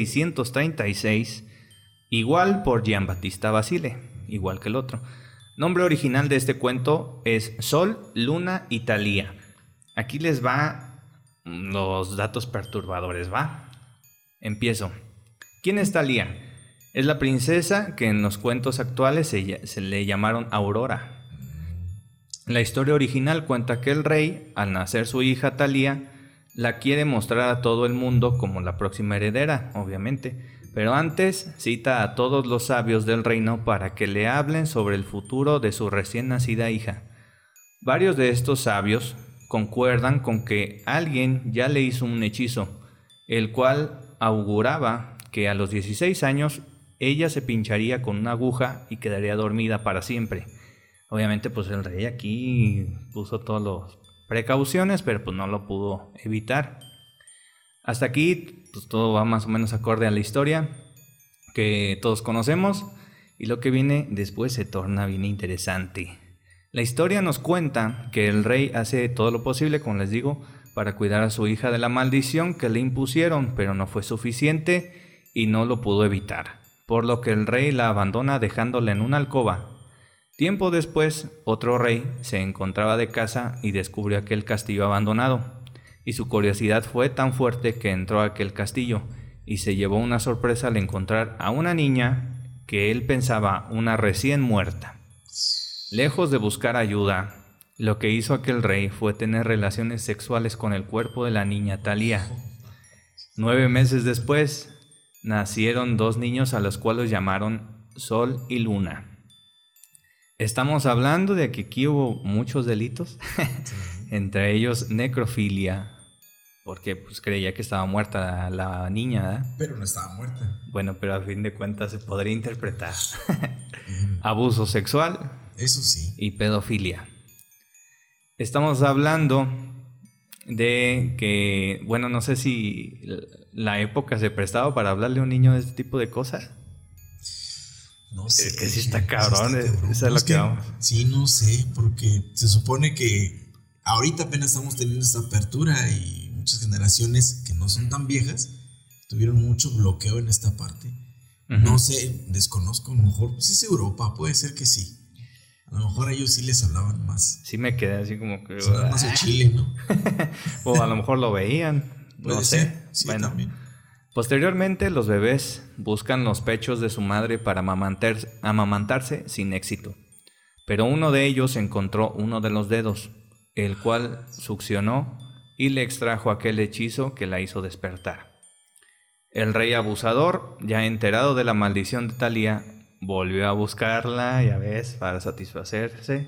1636, igual por Giambattista Basile, igual que el otro. Nombre original de este cuento es Sol, Luna y Thalía. Aquí les va los datos perturbadores, ¿va? Empiezo. ¿Quién es Thalía? Es la princesa que en los cuentos actuales se le llamaron Aurora. La historia original cuenta que el rey, al nacer su hija Thalía, la quiere mostrar a todo el mundo como la próxima heredera, obviamente, pero antes cita a todos los sabios del reino para que le hablen sobre el futuro de su recién nacida hija. Varios de estos sabios concuerdan con que alguien ya le hizo un hechizo, el cual auguraba que a los 16 años ella se pincharía con una aguja y quedaría dormida para siempre. Obviamente pues el rey aquí puso todas las precauciones, pero pues no lo pudo evitar. Hasta aquí pues todo va más o menos acorde a la historia que todos conocemos, y lo que viene después se torna bien interesante. La historia nos cuenta que el rey hace todo lo posible, como les digo, para cuidar a su hija de la maldición que le impusieron, pero no fue suficiente y no lo pudo evitar, por lo que el rey la abandona dejándola en una alcoba. Tiempo después, otro rey se encontraba de casa y descubrió aquel castillo abandonado, y su curiosidad fue tan fuerte que entró a aquel castillo y se llevó una sorpresa al encontrar a una niña que él pensaba una recién muerta. Lejos de buscar ayuda, lo que hizo aquel rey fue tener relaciones sexuales con el cuerpo de la niña Thalía. 9 meses después, nacieron 2 niños a los cuales llamaron Sol y Luna. Estamos hablando de que aquí hubo muchos delitos, entre ellos necrofilia, porque pues creía que estaba muerta la niña, ¿verdad? Pero no estaba muerta. Bueno, pero a fin de cuentas se podría interpretar. Abuso sexual. Eso sí. Y pedofilia. Estamos hablando de que, bueno, no sé si la época se prestaba para hablarle a un niño de este tipo de cosas. No sé. Es que sí está cabrón, eso es lo que vamos. Sí, no sé, porque se supone que ahorita apenas estamos teniendo esta apertura y muchas generaciones que no son tan viejas tuvieron mucho bloqueo en esta parte. No sé, desconozco, a lo mejor pues es Europa, puede ser que sí. A lo mejor a ellos sí les hablaban más. Sí me quedé así como que... más de Chile, ¿no? O a lo mejor lo veían, no sé. Sí, bueno, también. Posteriormente los bebés buscan los pechos de su madre para amamantarse sin éxito. Pero uno de ellos encontró uno de los dedos, el cual succionó y le extrajo aquel hechizo que la hizo despertar. El rey abusador, ya enterado de la maldición de Thalía, volvió a buscarla, ya ves, para satisfacerse.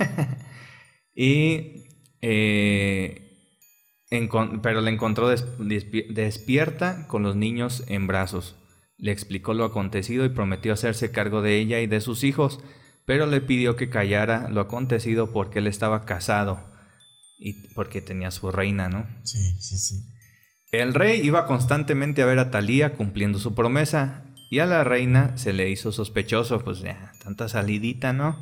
Pero la encontró despierta con los niños en brazos. Le explicó lo acontecido y prometió hacerse cargo de ella y de sus hijos, pero le pidió que callara lo acontecido porque él estaba casado y porque tenía su reina, ¿no? Sí, sí, sí. El rey iba constantemente a ver a Thalía cumpliendo su promesa, y a la reina se le hizo sospechoso, pues ya, tanta salidita, ¿no?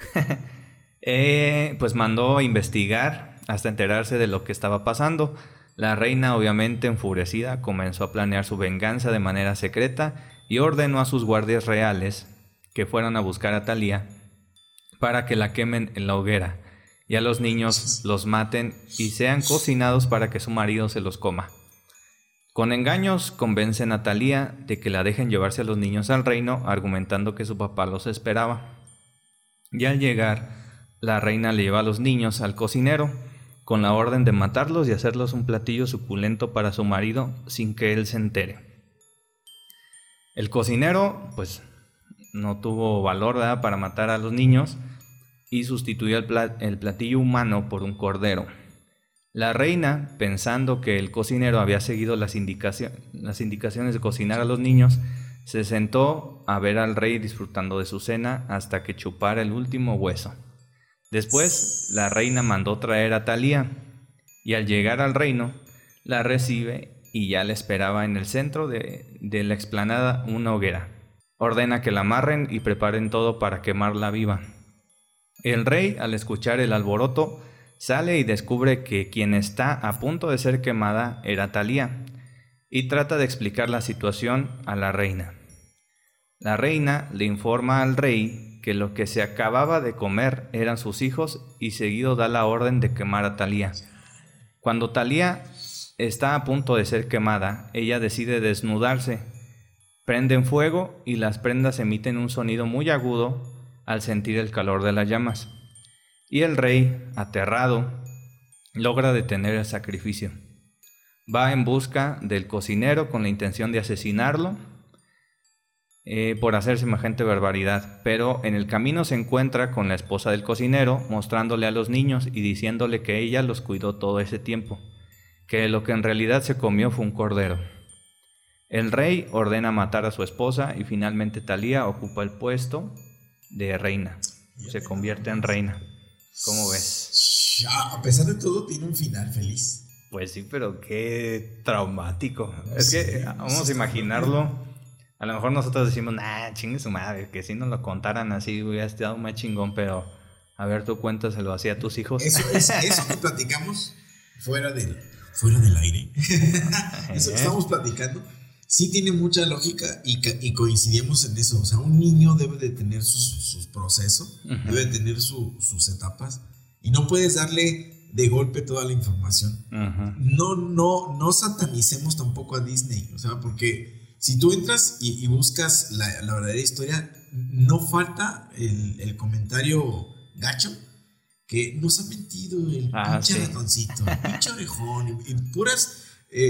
Pues mandó a investigar hasta enterarse de lo que estaba pasando. La reina, obviamente enfurecida, comenzó a planear su venganza de manera secreta y ordenó a sus guardias reales que fueran a buscar a Thalía para que la quemen en la hoguera, y a los niños los maten y sean cocinados para que su marido se los coma. Con engaños convencen a Thalía de que la dejen llevarse a los niños al reino, argumentando que su papá los esperaba. Y al llegar, la reina le lleva a los niños al cocinero, con la orden de matarlos y hacerlos un platillo suculento para su marido sin que él se entere. El cocinero, pues, no tuvo valor, ¿verdad?, para matar a los niños y sustituyó el platillo humano por un cordero. La reina, pensando que el cocinero había seguido las indicaciones de cocinar a los niños, se sentó a ver al rey disfrutando de su cena hasta que chupara el último hueso. Después, la reina mandó traer a Thalía, y al llegar al reino, la recibe y ya le esperaba en el centro de la explanada una hoguera. Ordena que la amarren y preparen todo para quemarla viva. El rey, al escuchar el alboroto, sale y descubre que quien está a punto de ser quemada era Thalía, y trata de explicar la situación a la reina. La reina le informa al rey que lo que se acababa de comer eran sus hijos y seguido da la orden de quemar a Thalía. Cuando Thalía está a punto de ser quemada, ella decide desnudarse. Prenden fuego y las prendas emiten un sonido muy agudo al sentir el calor de las llamas. Y el rey, aterrado, logra detener el sacrificio. Va en busca del cocinero con la intención de asesinarlo por hacer semejante barbaridad, pero en el camino se encuentra con la esposa del cocinero, mostrándole a los niños y diciéndole que ella los cuidó todo ese tiempo, que lo que en realidad se comió fue un cordero. El rey ordena matar a su esposa y finalmente Thalía ocupa el puesto de reina. Se convierte en reina. ¿Cómo ves? A pesar de todo, tiene un final feliz. Pues sí, pero qué traumático. Es que vamos a imaginarlo. A lo mejor nosotros decimos, nah, chingue su madre, que si nos lo contaran así hubiera estado más chingón, pero a ver, tú cuéntaselo así a tus hijos. Eso que platicamos fuera del aire. Eso que estamos platicando sí tiene mucha lógica y coincidimos en eso. O sea, un niño debe de tener sus procesos, debe de tener sus etapas y no puedes darle de golpe toda la información. No satanicemos tampoco a Disney, o sea, porque si tú entras y buscas la verdadera historia, no falta el comentario gacho que nos ha mentido el pinche ratoncito, el pinche orejón y puras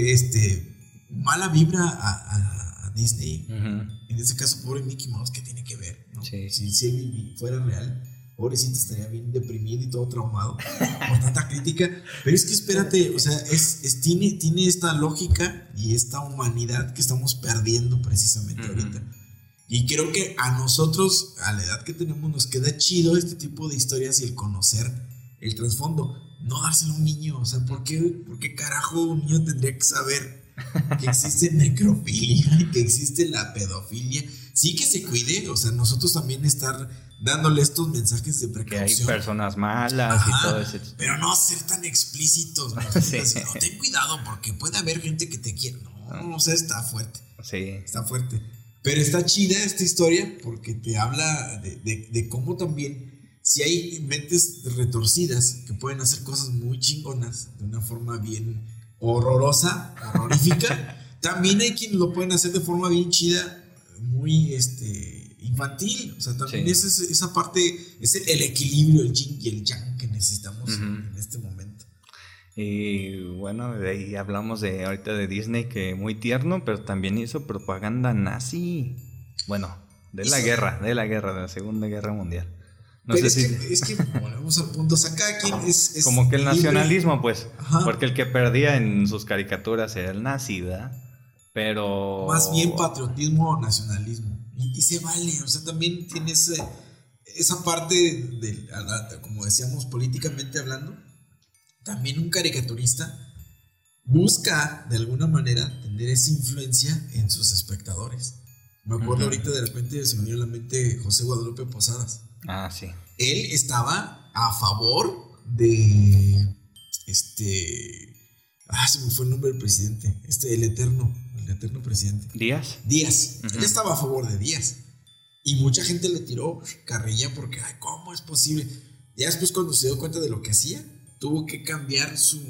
mala vibra a Disney. En este caso, pobre Mickey Mouse, ¿qué tiene que ver? ¿No? Sí. Si él fuera real, pobrecito, estaría bien deprimido y todo traumado por tanta crítica. Pero es que espérate, o sea, tiene esta lógica y esta humanidad que estamos perdiendo precisamente ahorita. Y creo que a nosotros, a la edad que tenemos, nos queda chido este tipo de historias y el conocer el trasfondo. No dárselo a un niño, o sea, ¿por qué carajo un niño tendría que saber que existe necrofilia y que existe la pedofilia? Sí, que se cuide, o sea, nosotros también estar dándole estos mensajes de precaución. Que hay personas malas y todo ese. Pero no ser tan explícitos, ¿no? Sí. No, ten cuidado porque puede haber gente que te quiera. No, o sea, está fuerte. Sí. Está fuerte. Pero está chida esta historia porque te habla de cómo también, si hay mentes retorcidas que pueden hacer cosas muy chingonas de una forma bien horrorífica, también hay quienes lo pueden hacer de forma bien chida, muy infantil. O sea, también es esa parte, es el equilibrio, el yin y el yang que necesitamos en este momento. Y bueno, de ahí hablamos ahorita de Disney, que muy tierno, pero también hizo propaganda nazi. Bueno, de la guerra, de la Segunda Guerra Mundial. No pero sé es que volvemos al punto, o sea, cada quien es como que el nacionalismo, libre. Pues, ajá. Porque el que perdía en sus caricaturas era el nazi, ¿verdad? Pero más bien patriotismo o nacionalismo. Y se vale, o sea, también tiene esa parte como decíamos, políticamente hablando. También un caricaturista busca de alguna manera tener esa influencia en sus espectadores. Me acuerdo ahorita, de repente se me vino a la mente José Guadalupe Posadas. Ah, sí. Él estaba a favor de se me fue el nombre del presidente, el eterno presidente. ¿Díaz? Él estaba a favor de Díaz. Y mucha gente le tiró carrilla porque, ay, ¿cómo es posible? Ya después, cuando se dio cuenta de lo que hacía, tuvo que cambiar su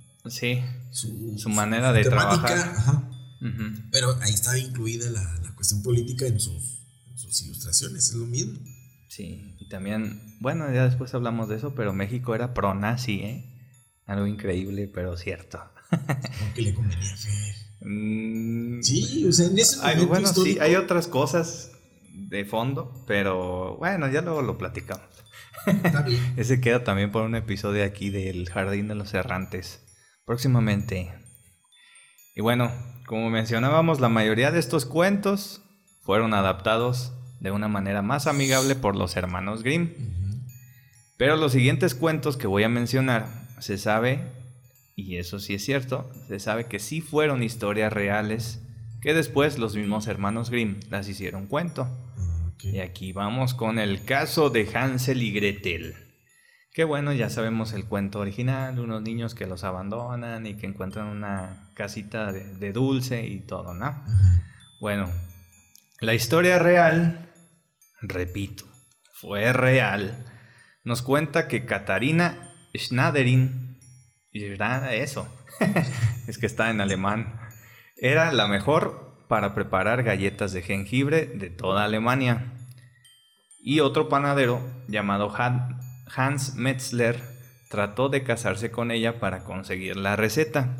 manera de trabajar. Ajá. Pero ahí estaba incluida la cuestión política en sus ilustraciones, es lo mismo. Sí, y también, bueno, ya después hablamos de eso, pero México era pro-nazi, ¿eh? Algo increíble, pero cierto. Porque le convenía a Fer. Sí, o sea, en ese momento bueno, histórico, sí, hay otras cosas de fondo, pero bueno, ya luego lo platicamos. Está bien. Ese queda también por un episodio aquí del Jardín de los Errantes, próximamente. Y bueno, como mencionábamos, la mayoría de estos cuentos fueron adaptados de una manera más amigable por los hermanos Grimm. Pero los siguientes cuentos que voy a mencionar, se sabe, y eso sí es cierto, se sabe que sí fueron historias reales, que después los mismos hermanos Grimm las hicieron cuento. Okay. Y aquí vamos con el caso de Hansel y Gretel. Que bueno, ya sabemos el cuento original, de unos niños que los abandonan y que encuentran una casita de dulce y todo, ¿no? Ajá. Bueno, la historia real, repito, fue real. Nos cuenta que Katharina Schneiderin, eso, es que está en alemán, era la mejor para preparar galletas de jengibre de toda Alemania. Y otro panadero llamado Hans Metzler trató de casarse con ella para conseguir la receta.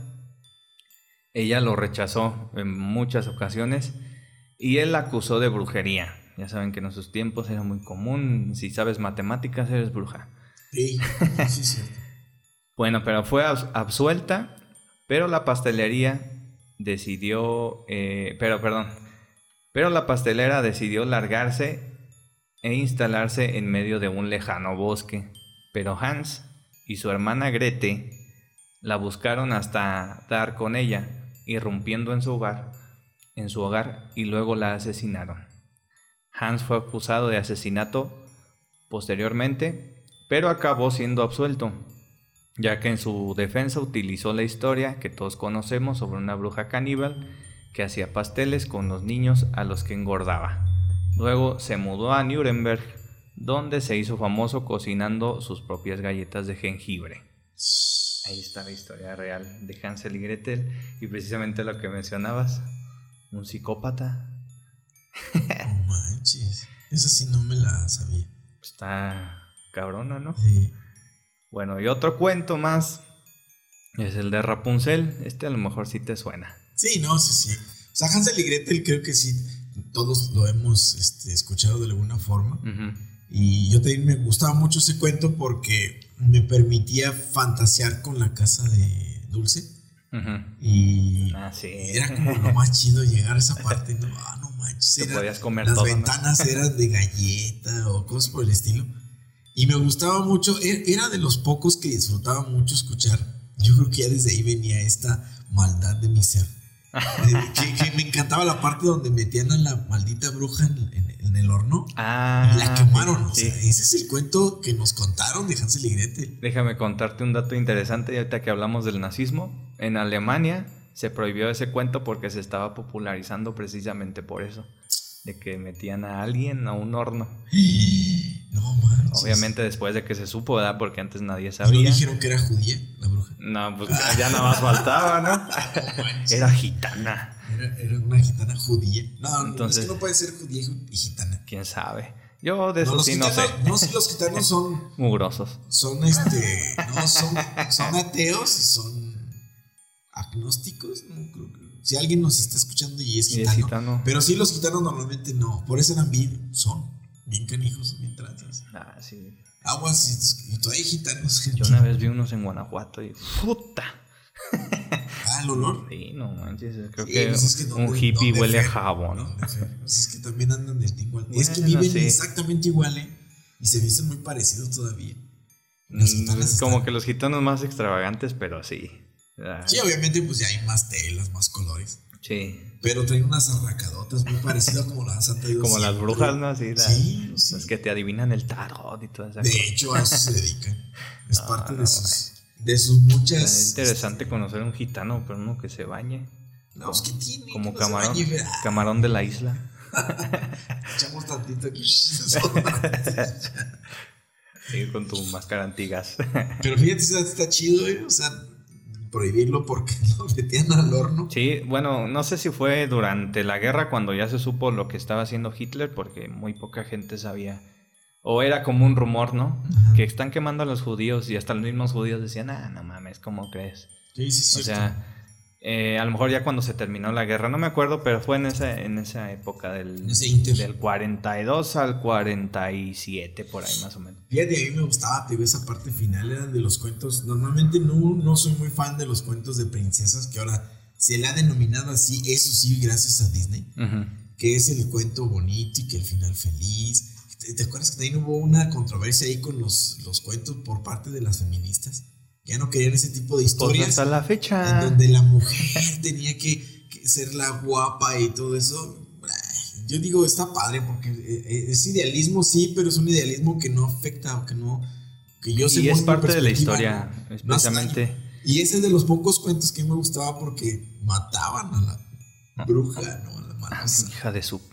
Ella lo rechazó en muchas ocasiones y él la acusó de brujería. Ya saben que en esos tiempos era muy común, si sabes matemáticas eres bruja. Sí, sí, sí. Bueno, pero fue absuelta, pero la pastelería decidió, pero la pastelera decidió largarse e instalarse en medio de un lejano bosque. Pero Hans y su hermana Grete la buscaron hasta dar con ella, irrumpiendo en su hogar y luego la asesinaron. Hans fue acusado de asesinato posteriormente, pero acabó siendo absuelto, ya que en su defensa utilizó la historia que todos conocemos sobre una bruja caníbal que hacía pasteles con los niños a los que engordaba. Luego se mudó a Nuremberg, donde se hizo famoso cocinando sus propias galletas de jengibre. Ahí está la historia real de Hansel y Gretel, y precisamente lo que mencionabas, un psicópata. No manches, esa sí no me la sabía. Está cabrona, ¿no? Sí. Bueno, y otro cuento más es el de Rapunzel. A lo mejor sí te suena. Sí, no, sí. O sea, Hansel y Gretel creo que sí, todos lo hemos escuchado de alguna forma. Uh-huh. Y yo también me gustaba mucho ese cuento porque me permitía fantasear con la casa de Dulce. Uh-huh. Y sí. Era como lo más chido llegar a esa parte, ¿no? No manches. Te podías comer las todo, ventanas, ¿no? Eran de galleta o cosas por el estilo. Y me gustaba mucho, era de los pocos que disfrutaba mucho escuchar. Yo creo que ya desde ahí venía esta maldad de mi ser. que me encantaba la parte donde metían a la maldita bruja en el horno y la quemaron. Sí. O sea, ese es el cuento que nos contaron de Hansel y Gretel. Déjame contarte un dato interesante. Y ahorita que hablamos del nazismo, en Alemania se prohibió ese cuento porque se estaba popularizando precisamente por eso, de que metían a alguien a un horno. No manches. Obviamente después de que se supo, ¿verdad? Porque antes nadie sabía. ¿Y no dijeron que era judía la bruja? No, pues ya nada más faltaba, ¿no? Era gitana. Era una gitana judía. No, entonces, es que no puede ser judía y gitana. ¿Quién sabe? Yo de eso no sé. No, si los gitanos son mugrosos. Son son ateos, son agnósticos, ¿no? Creo que si alguien nos está escuchando y es gitano. Pero sí, los gitanos normalmente no. Por eso eran son bien canijos, bien tranzas. Sí. Aguas y todavía hay gitanos. Yo una vez vi unos en Guanajuato y ¡puta! ¿El olor? Sí, no manches. Creo sí, que, pues es un hippie huele a jabón, ¿no? Pues es que también andan del igual. Bueno, es que viven exactamente igual, y se dicen muy parecidos todavía. Como que los gitanos más extravagantes, pero sí. Sí, obviamente, pues ya hay más telas, más colores. Sí. Pero traen unas arracadotas muy parecidas como las han traído. Como siempre. Las brujas, ¿no? Sí. Las que te adivinan el tarot y todas esas cosas. De hecho, a eso se dedican. Es parte de sus muchas. Es interesante conocer un gitano, pero uno que se bañe. No, es que tiene. Como camarón de la isla. Echamos tantito aquí. Sí, con tu máscara antigas. Pero fíjate, está chido, o sea, prohibirlo porque lo metían al horno. Sí, bueno, no sé si fue durante la guerra cuando ya se supo lo que estaba haciendo Hitler, porque muy poca gente sabía, o era como un rumor, ¿no? Uh-huh. Que están quemando a los judíos y hasta los mismos judíos decían, no mames, ¿cómo crees? Sí, o sea, a lo mejor ya cuando se terminó la guerra, no me acuerdo, pero fue en esa época del 42 al 47, por ahí más o menos. Fíjate, a mí me gustaba, esa parte final, eran de los cuentos. Normalmente no soy muy fan de los cuentos de princesas, que ahora se le ha denominado así, eso sí, gracias a Disney, uh-huh. Que es el cuento bonito y que el final feliz. ¿Te acuerdas que también hubo una controversia ahí con los cuentos por parte de las feministas? Ya no querían ese tipo de historias. Pues hasta la fecha. En donde la mujer tenía que ser la guapa y todo eso. Yo digo, está padre porque es idealismo, sí, pero es un idealismo que no afecta, que yo sé. Y es parte de la historia, ¿no? Especialmente. Y ese es de los pocos cuentos que me gustaba porque mataban a la bruja, ¿no? A la malosa. Hija de su...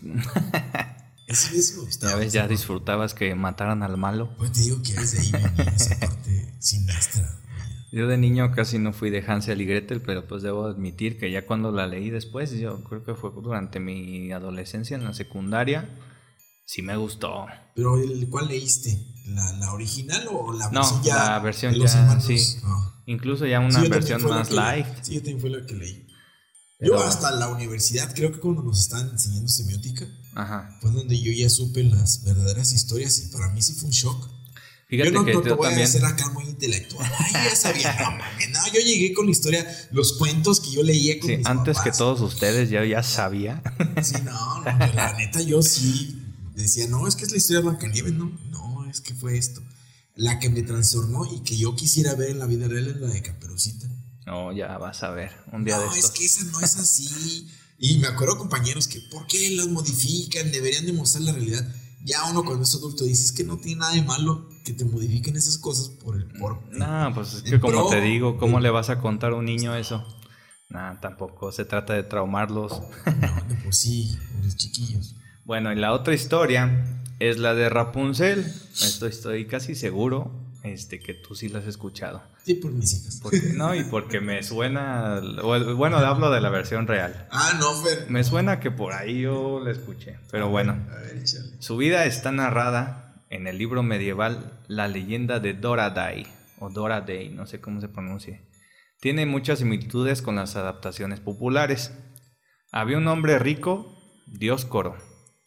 Eso me gustaba. Ya ves, ya disfrutabas que mataran al malo. Pues te digo que desde ahí venía esa parte siniestra. Yo de niño casi no fui de Hansel y Gretel, pero pues debo admitir que ya cuando la leí después, yo creo que fue durante mi adolescencia en la secundaria, sí me gustó. ¿Pero cuál leíste? ¿La original o la versión no, ya? La versión de los ya, hermanos? sí. Oh. Incluso ya una versión más light. Sí, yo también fue la que leí. Pero... Yo hasta la universidad, creo que cuando nos estaban enseñando semiótica, ajá, fue donde yo ya supe las verdaderas historias y para mí sí fue un shock. Fíjate yo no, que no te voy también... a hacer acá muy intelectual. Ay, ya sabía, no, yo llegué con la historia, los cuentos que yo leía con mis antes papás. Que todos ustedes ya sabía. Sí, no, la neta yo sí decía, no, es que es la historia de Blancanieves, no, es que fue esto. La que me transformó y que yo quisiera ver en la vida real es la de Caperucita. No, ya vas a ver, un día de estos. No, es que esa no es así. Y me acuerdo, compañeros, que ¿por qué las modifican? Deberían demostrar la realidad. Ya uno cuando es adulto dice, es que no tiene nada de malo que te modifiquen esas cosas No, pues es que como te digo, ¿cómo le vas a contar a un niño eso? No, tampoco, se trata de traumarlos. No, de por sí, los chiquillos. Bueno, y la otra historia es la de Rapunzel. Esto estoy casi seguro que tú sí la has escuchado. Sí, por mis hijas. Y porque me suena... Bueno, hablo de la versión real. Ah, no, Fer. Me suena que por ahí yo la escuché. Pero bueno, a ver, échale. Su vida está narrada en el libro medieval La leyenda de Doraday, o Doraday, no sé cómo se pronuncia. Tiene muchas similitudes con las adaptaciones populares. Había un hombre rico, Dioscoro.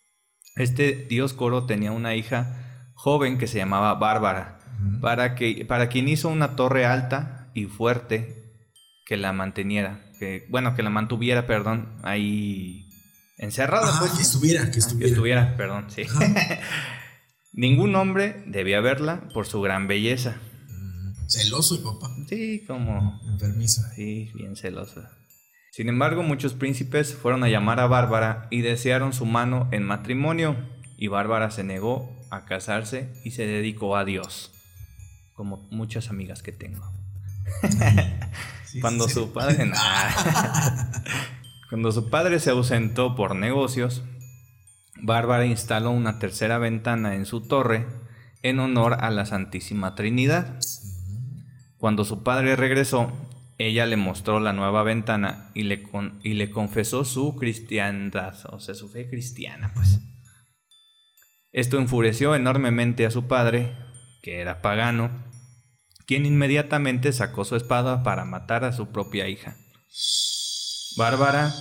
Este Dioscoro tenía una hija joven que se llamaba Bárbara, para quien hizo una torre alta y fuerte que la mantuviera, ahí encerrada. Que estuviera, perdón, sí. Ningún hombre debía verla por su gran belleza. Celoso el papá. Sí, como... enfermizo. Sí, bien celoso. Sin embargo, muchos príncipes fueron a llamar a Bárbara y desearon su mano en matrimonio, y Bárbara se negó a casarse y se dedicó a Dios, como muchas amigas que tengo. Cuando su padre se ausentó por negocios, Bárbara instaló una tercera ventana en su torre en honor a la Santísima Trinidad. Cuando su padre regresó, ella le mostró la nueva ventana y le confesó su cristiandad, o sea, su fe cristiana, pues. Esto enfureció enormemente a su padre, que era pagano, quien inmediatamente sacó su espada para matar a su propia hija. Bárbara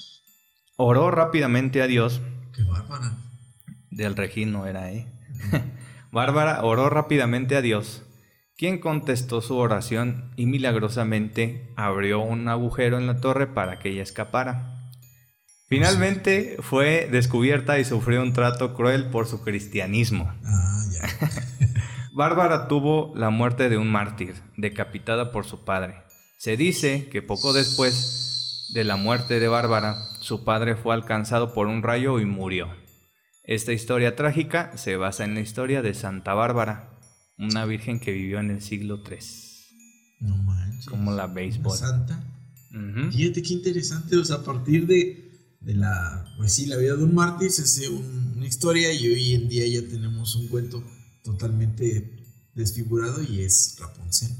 oró rápidamente a Dios. ¡Qué bárbara! Del Regino era, Bárbara oró rápidamente a Dios, quien contestó su oración y milagrosamente abrió un agujero en la torre para que ella escapara. Finalmente fue descubierta y sufrió un trato cruel por su cristianismo. Ya. Bárbara tuvo la muerte de un mártir, decapitada por su padre. Se dice que poco después de la muerte de Bárbara, su padre fue alcanzado por un rayo y murió. Esta historia trágica se basa en la historia de Santa Bárbara, una virgen que vivió en el siglo III. No manches. Como la béisbol. Santa. Fíjate qué interesante, o sea, a partir de la vida de un mártir se hace una historia, y hoy en día ya tenemos un cuento totalmente desfigurado y es Rapunzel.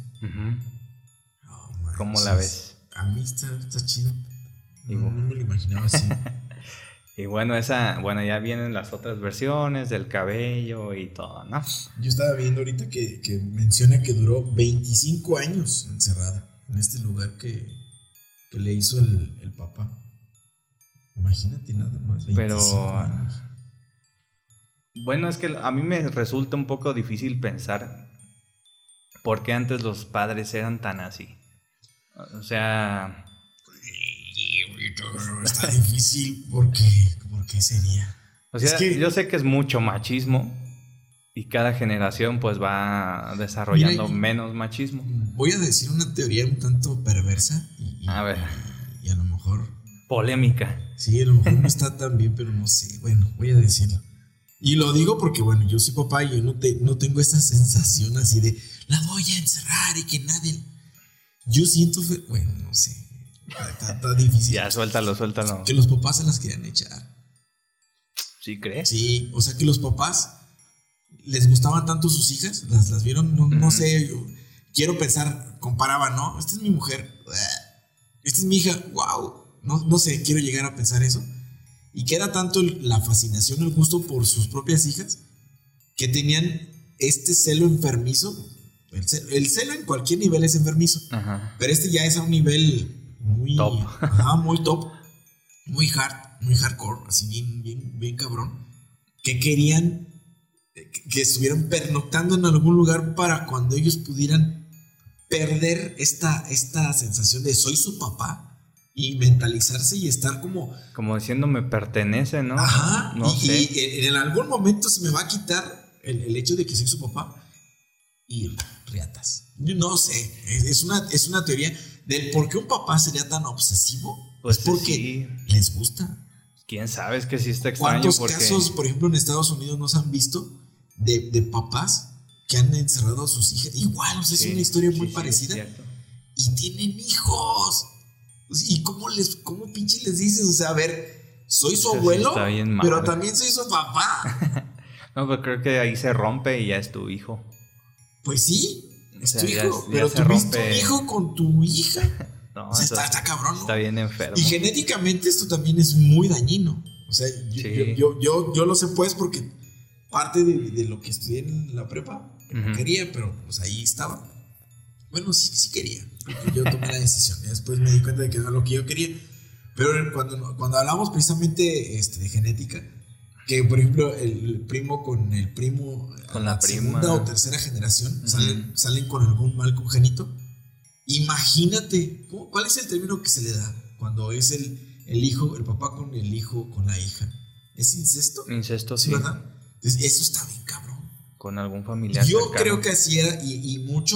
¿Cómo la ves? A mí está chido. No me lo imaginaba así. Y bueno, ya vienen las otras versiones del cabello y todo, ¿no? Yo estaba viendo ahorita que menciona que duró 25 años encerrada en este lugar que le hizo el papá. Imagínate nada más. 25 años. Bueno, es que a mí me resulta un poco difícil pensar por qué antes los padres eran tan así. O sea... Está difícil porque... ¿Por qué sería? O sea, yo sé que es mucho machismo, Y cada generación pues va desarrollando Mira, menos machismo. voy a decir una teoría un tanto perversa A ver, y a lo mejor, polémica. sí, a lo mejor no está tan bien, pero no sé, bueno, voy a decirlo. Y lo digo porque, bueno, yo soy papá y yo no tengo esa sensación así de, la voy a encerrar y que nadie... Yo siento, bueno, no sé, está difícil. Ya, suéltalo. Que los papás se las querían echar. ¿Sí crees? Sí, o sea que los papás les gustaban tanto sus hijas, las vieron, no sé, yo quiero pensar, comparaban, ¿no? Esta es mi mujer, esta es mi hija, wow, no sé, quiero llegar a pensar eso. Y que era tanto la fascinación, el gusto por sus propias hijas, que tenían este celo enfermizo. El celo en cualquier nivel es enfermizo. Ajá. Pero este ya es a un nivel muy top. Ajá, muy top, muy hardcore, así bien cabrón. Que querían que estuvieran pernoctando en algún lugar para cuando ellos pudieran perder esta sensación de soy su papá y mentalizarse y estar como diciendo me pertenece, ¿no? Ajá, no sé. Y en algún momento se me va a quitar el hecho de que soy su papá y riatas. Yo no sé, es una teoría del por qué un papá sería tan obsesivo. Pues es porque sí, les gusta. Quién sabe, es que sí está extraño. ¿Cuántos casos, por ejemplo, en Estados Unidos nos han visto de papás que han encerrado a sus hijas? Igual, o sea, sí, es una historia muy parecida. Y tienen hijos. ¿Y cómo pinche les dices? O sea, a ver, soy su abuelo, pero también soy su papá. No, pero creo que ahí se rompe y ya es tu hijo. Pues sí, es tu hijo, pero tuviste un hijo con tu hija. No, o sea, está cabrón, ¿no? Está bien enfermo. Y genéticamente esto también es muy dañino. O sea, yo lo sé pues porque parte de lo que estudié en la prepa, que no quería, pero pues ahí estaba. Bueno, sí quería. Yo tomé la decisión y después me di cuenta de que no era lo que yo quería. Pero cuando hablamos precisamente de genética, que por ejemplo el primo con el primo, con la segunda o tercera generación, salen con algún mal congénito. Imagínate, ¿cuál es el término que se le da cuando es el hijo, el papá con el hijo, con la hija? ¿Es incesto? Incesto, sí. ¿Verdad? Entonces, eso está bien cabrón. Con algún familiar Yo cercano. creo que así era, y mucho,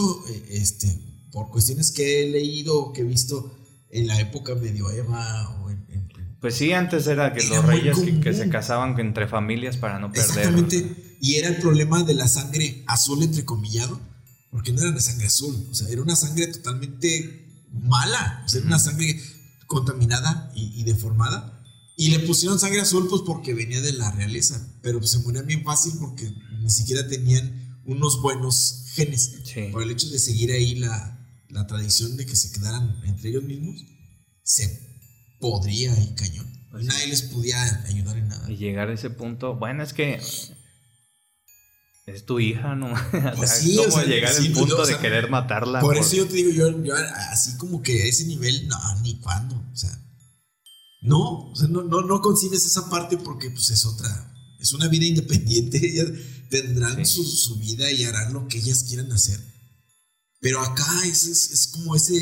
por cuestiones que he leído, que he visto en la época medioeva o pues sí, antes era que los reyes que se casaban entre familias para no perder. Exactamente, y era el problema de la sangre azul entrecomillado, porque no era una sangre azul, o sea, era una sangre totalmente mala, o sea, era una sangre contaminada y deformada. Y le pusieron sangre azul pues porque venía de la realeza, pero pues se morían bien fácil porque ni siquiera tenían unos buenos genes. Sí. Por el hecho de seguir ahí la tradición de que se quedaran entre ellos mismos, se podría y cañón. Pues nadie les podía ayudar en nada. Y llegar a ese punto, bueno, es que es tu hija, ¿no? Pues sí, ¿cómo llegar al punto de querer matarla? Por eso yo te digo, yo así como que a ese nivel, no, ni cuándo, o sea. No concibes esa parte porque pues es una vida independiente, ellas tendrán su vida y harán lo que ellas quieran hacer. Pero acá es como esa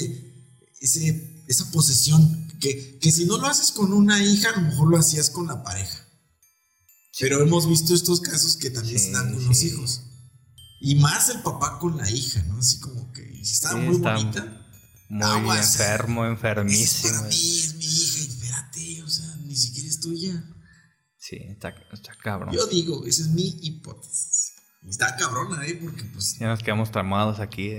posesión que si no lo haces con una hija, a lo mejor lo hacías con la pareja. Sí. Pero hemos visto estos casos que también se dan con los hijos. Y más el papá con la hija, ¿no? Así como que si estaba muy bonita. Muy enfermísimo. Para mí es mi hija, espérate, o sea, ni siquiera es tuya. Sí, está cabrón. Yo digo, esa es mi hipótesis. Está cabrona, porque pues... Ya nos quedamos tramados aquí,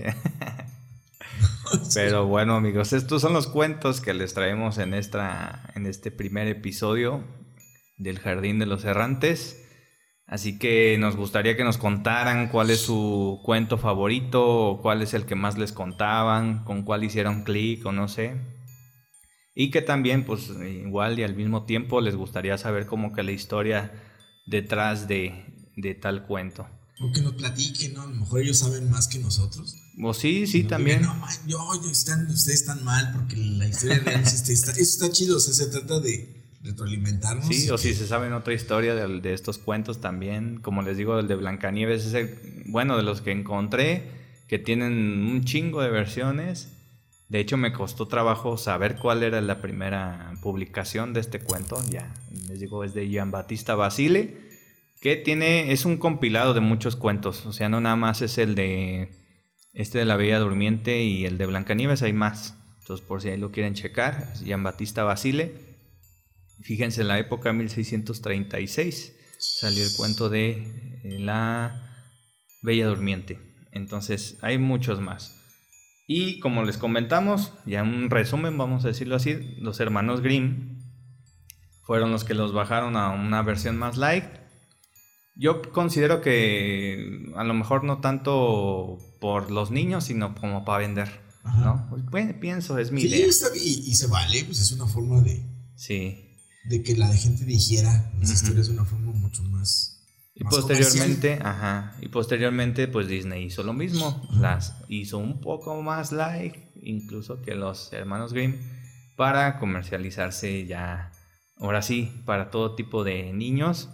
Pero bueno, amigos, estos son los cuentos que les traemos en este primer episodio del Jardín de los Errantes. Así que nos gustaría que nos contaran cuál es su cuento favorito, o cuál es el que más les contaban, con cuál hicieron clic o no sé. Y que también, pues igual y al mismo tiempo les gustaría saber como que la historia detrás de tal cuento. O que nos platiquen, ¿no? A lo mejor ellos saben más que nosotros. O sí, también. Digan, no, ustedes están mal porque la historia real eso está chido, o sea, se trata de retroalimentarnos. Sí, o si se saben otra historia de estos cuentos también, como les digo, el de Blancanieves es de los que encontré, que tienen un chingo de versiones. De hecho, me costó trabajo saber cuál era la primera publicación de este cuento. Ya les digo, es de Giambattista Basile, que es un compilado de muchos cuentos. O sea, no nada más es el de la Bella Durmiente y el de Blancanieves, hay más. Entonces, por si ahí lo quieren checar, Giambattista Basile. Fíjense, en la época 1636 salió el cuento de la Bella Durmiente. Entonces, hay muchos más. Y como les comentamos, ya en un resumen, vamos a decirlo así, los hermanos Grimm fueron los que los bajaron a una versión más light. Yo considero que a lo mejor no tanto por los niños, sino como para vender, ¿no? Bueno, pienso, es mi idea. Y se vale, pues es una forma de que la gente dijera las historias de una forma mucho más. Y posteriormente, pues Disney hizo lo mismo, las hizo un poco más light, incluso que los hermanos Grimm, para comercializarse ya, ahora sí, para todo tipo de niños.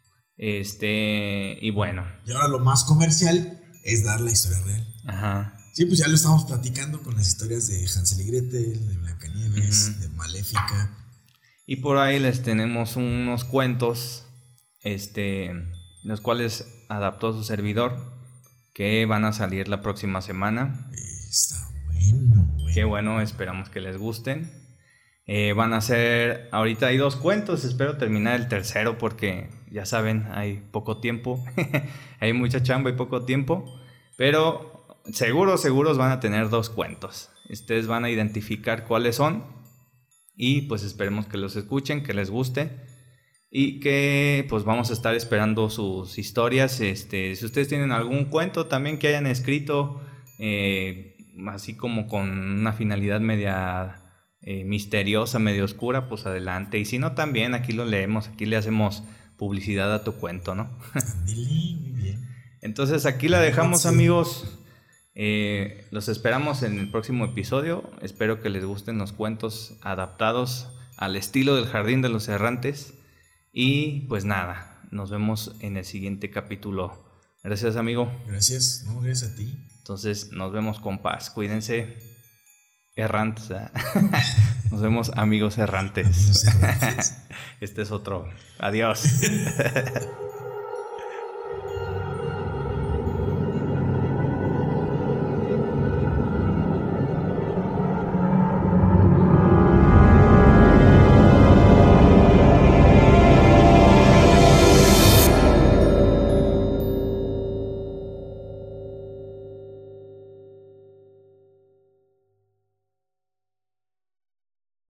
Y bueno. Y ahora lo más comercial es dar la historia real. Ajá. Sí, pues ya lo estamos platicando con las historias de Hansel y Gretel, de Blancanieves, de Maléfica. Y por ahí les tenemos unos cuentos, los cuales adaptó su servidor, que van a salir la próxima semana. Está bueno. Qué bueno, esperamos que les gusten. Van a ser, ahorita hay 2 cuentos, espero terminar el tercero porque ya saben, hay poco tiempo, hay mucha chamba y poco tiempo, pero seguros van a tener 2 cuentos. Ustedes van a identificar cuáles son y pues esperemos que los escuchen, que les guste. Y que pues vamos a estar esperando sus historias. Si ustedes tienen algún cuento también que hayan escrito, así como con una finalidad media misteriosa, medio oscura, pues adelante. Y si no, también aquí lo leemos, aquí le hacemos publicidad a tu cuento, ¿no? Muy bien. Entonces aquí la dejamos, amigos. Los esperamos en el próximo episodio. Espero que les gusten los cuentos adaptados al estilo del Jardín de los Errantes. Y pues nada, nos vemos en el siguiente capítulo. Gracias, amigo. Gracias, no, gracias a ti. Entonces nos vemos con paz. Cuídense, errantes. Nos vemos, amigos errantes. Este es otro. Adiós.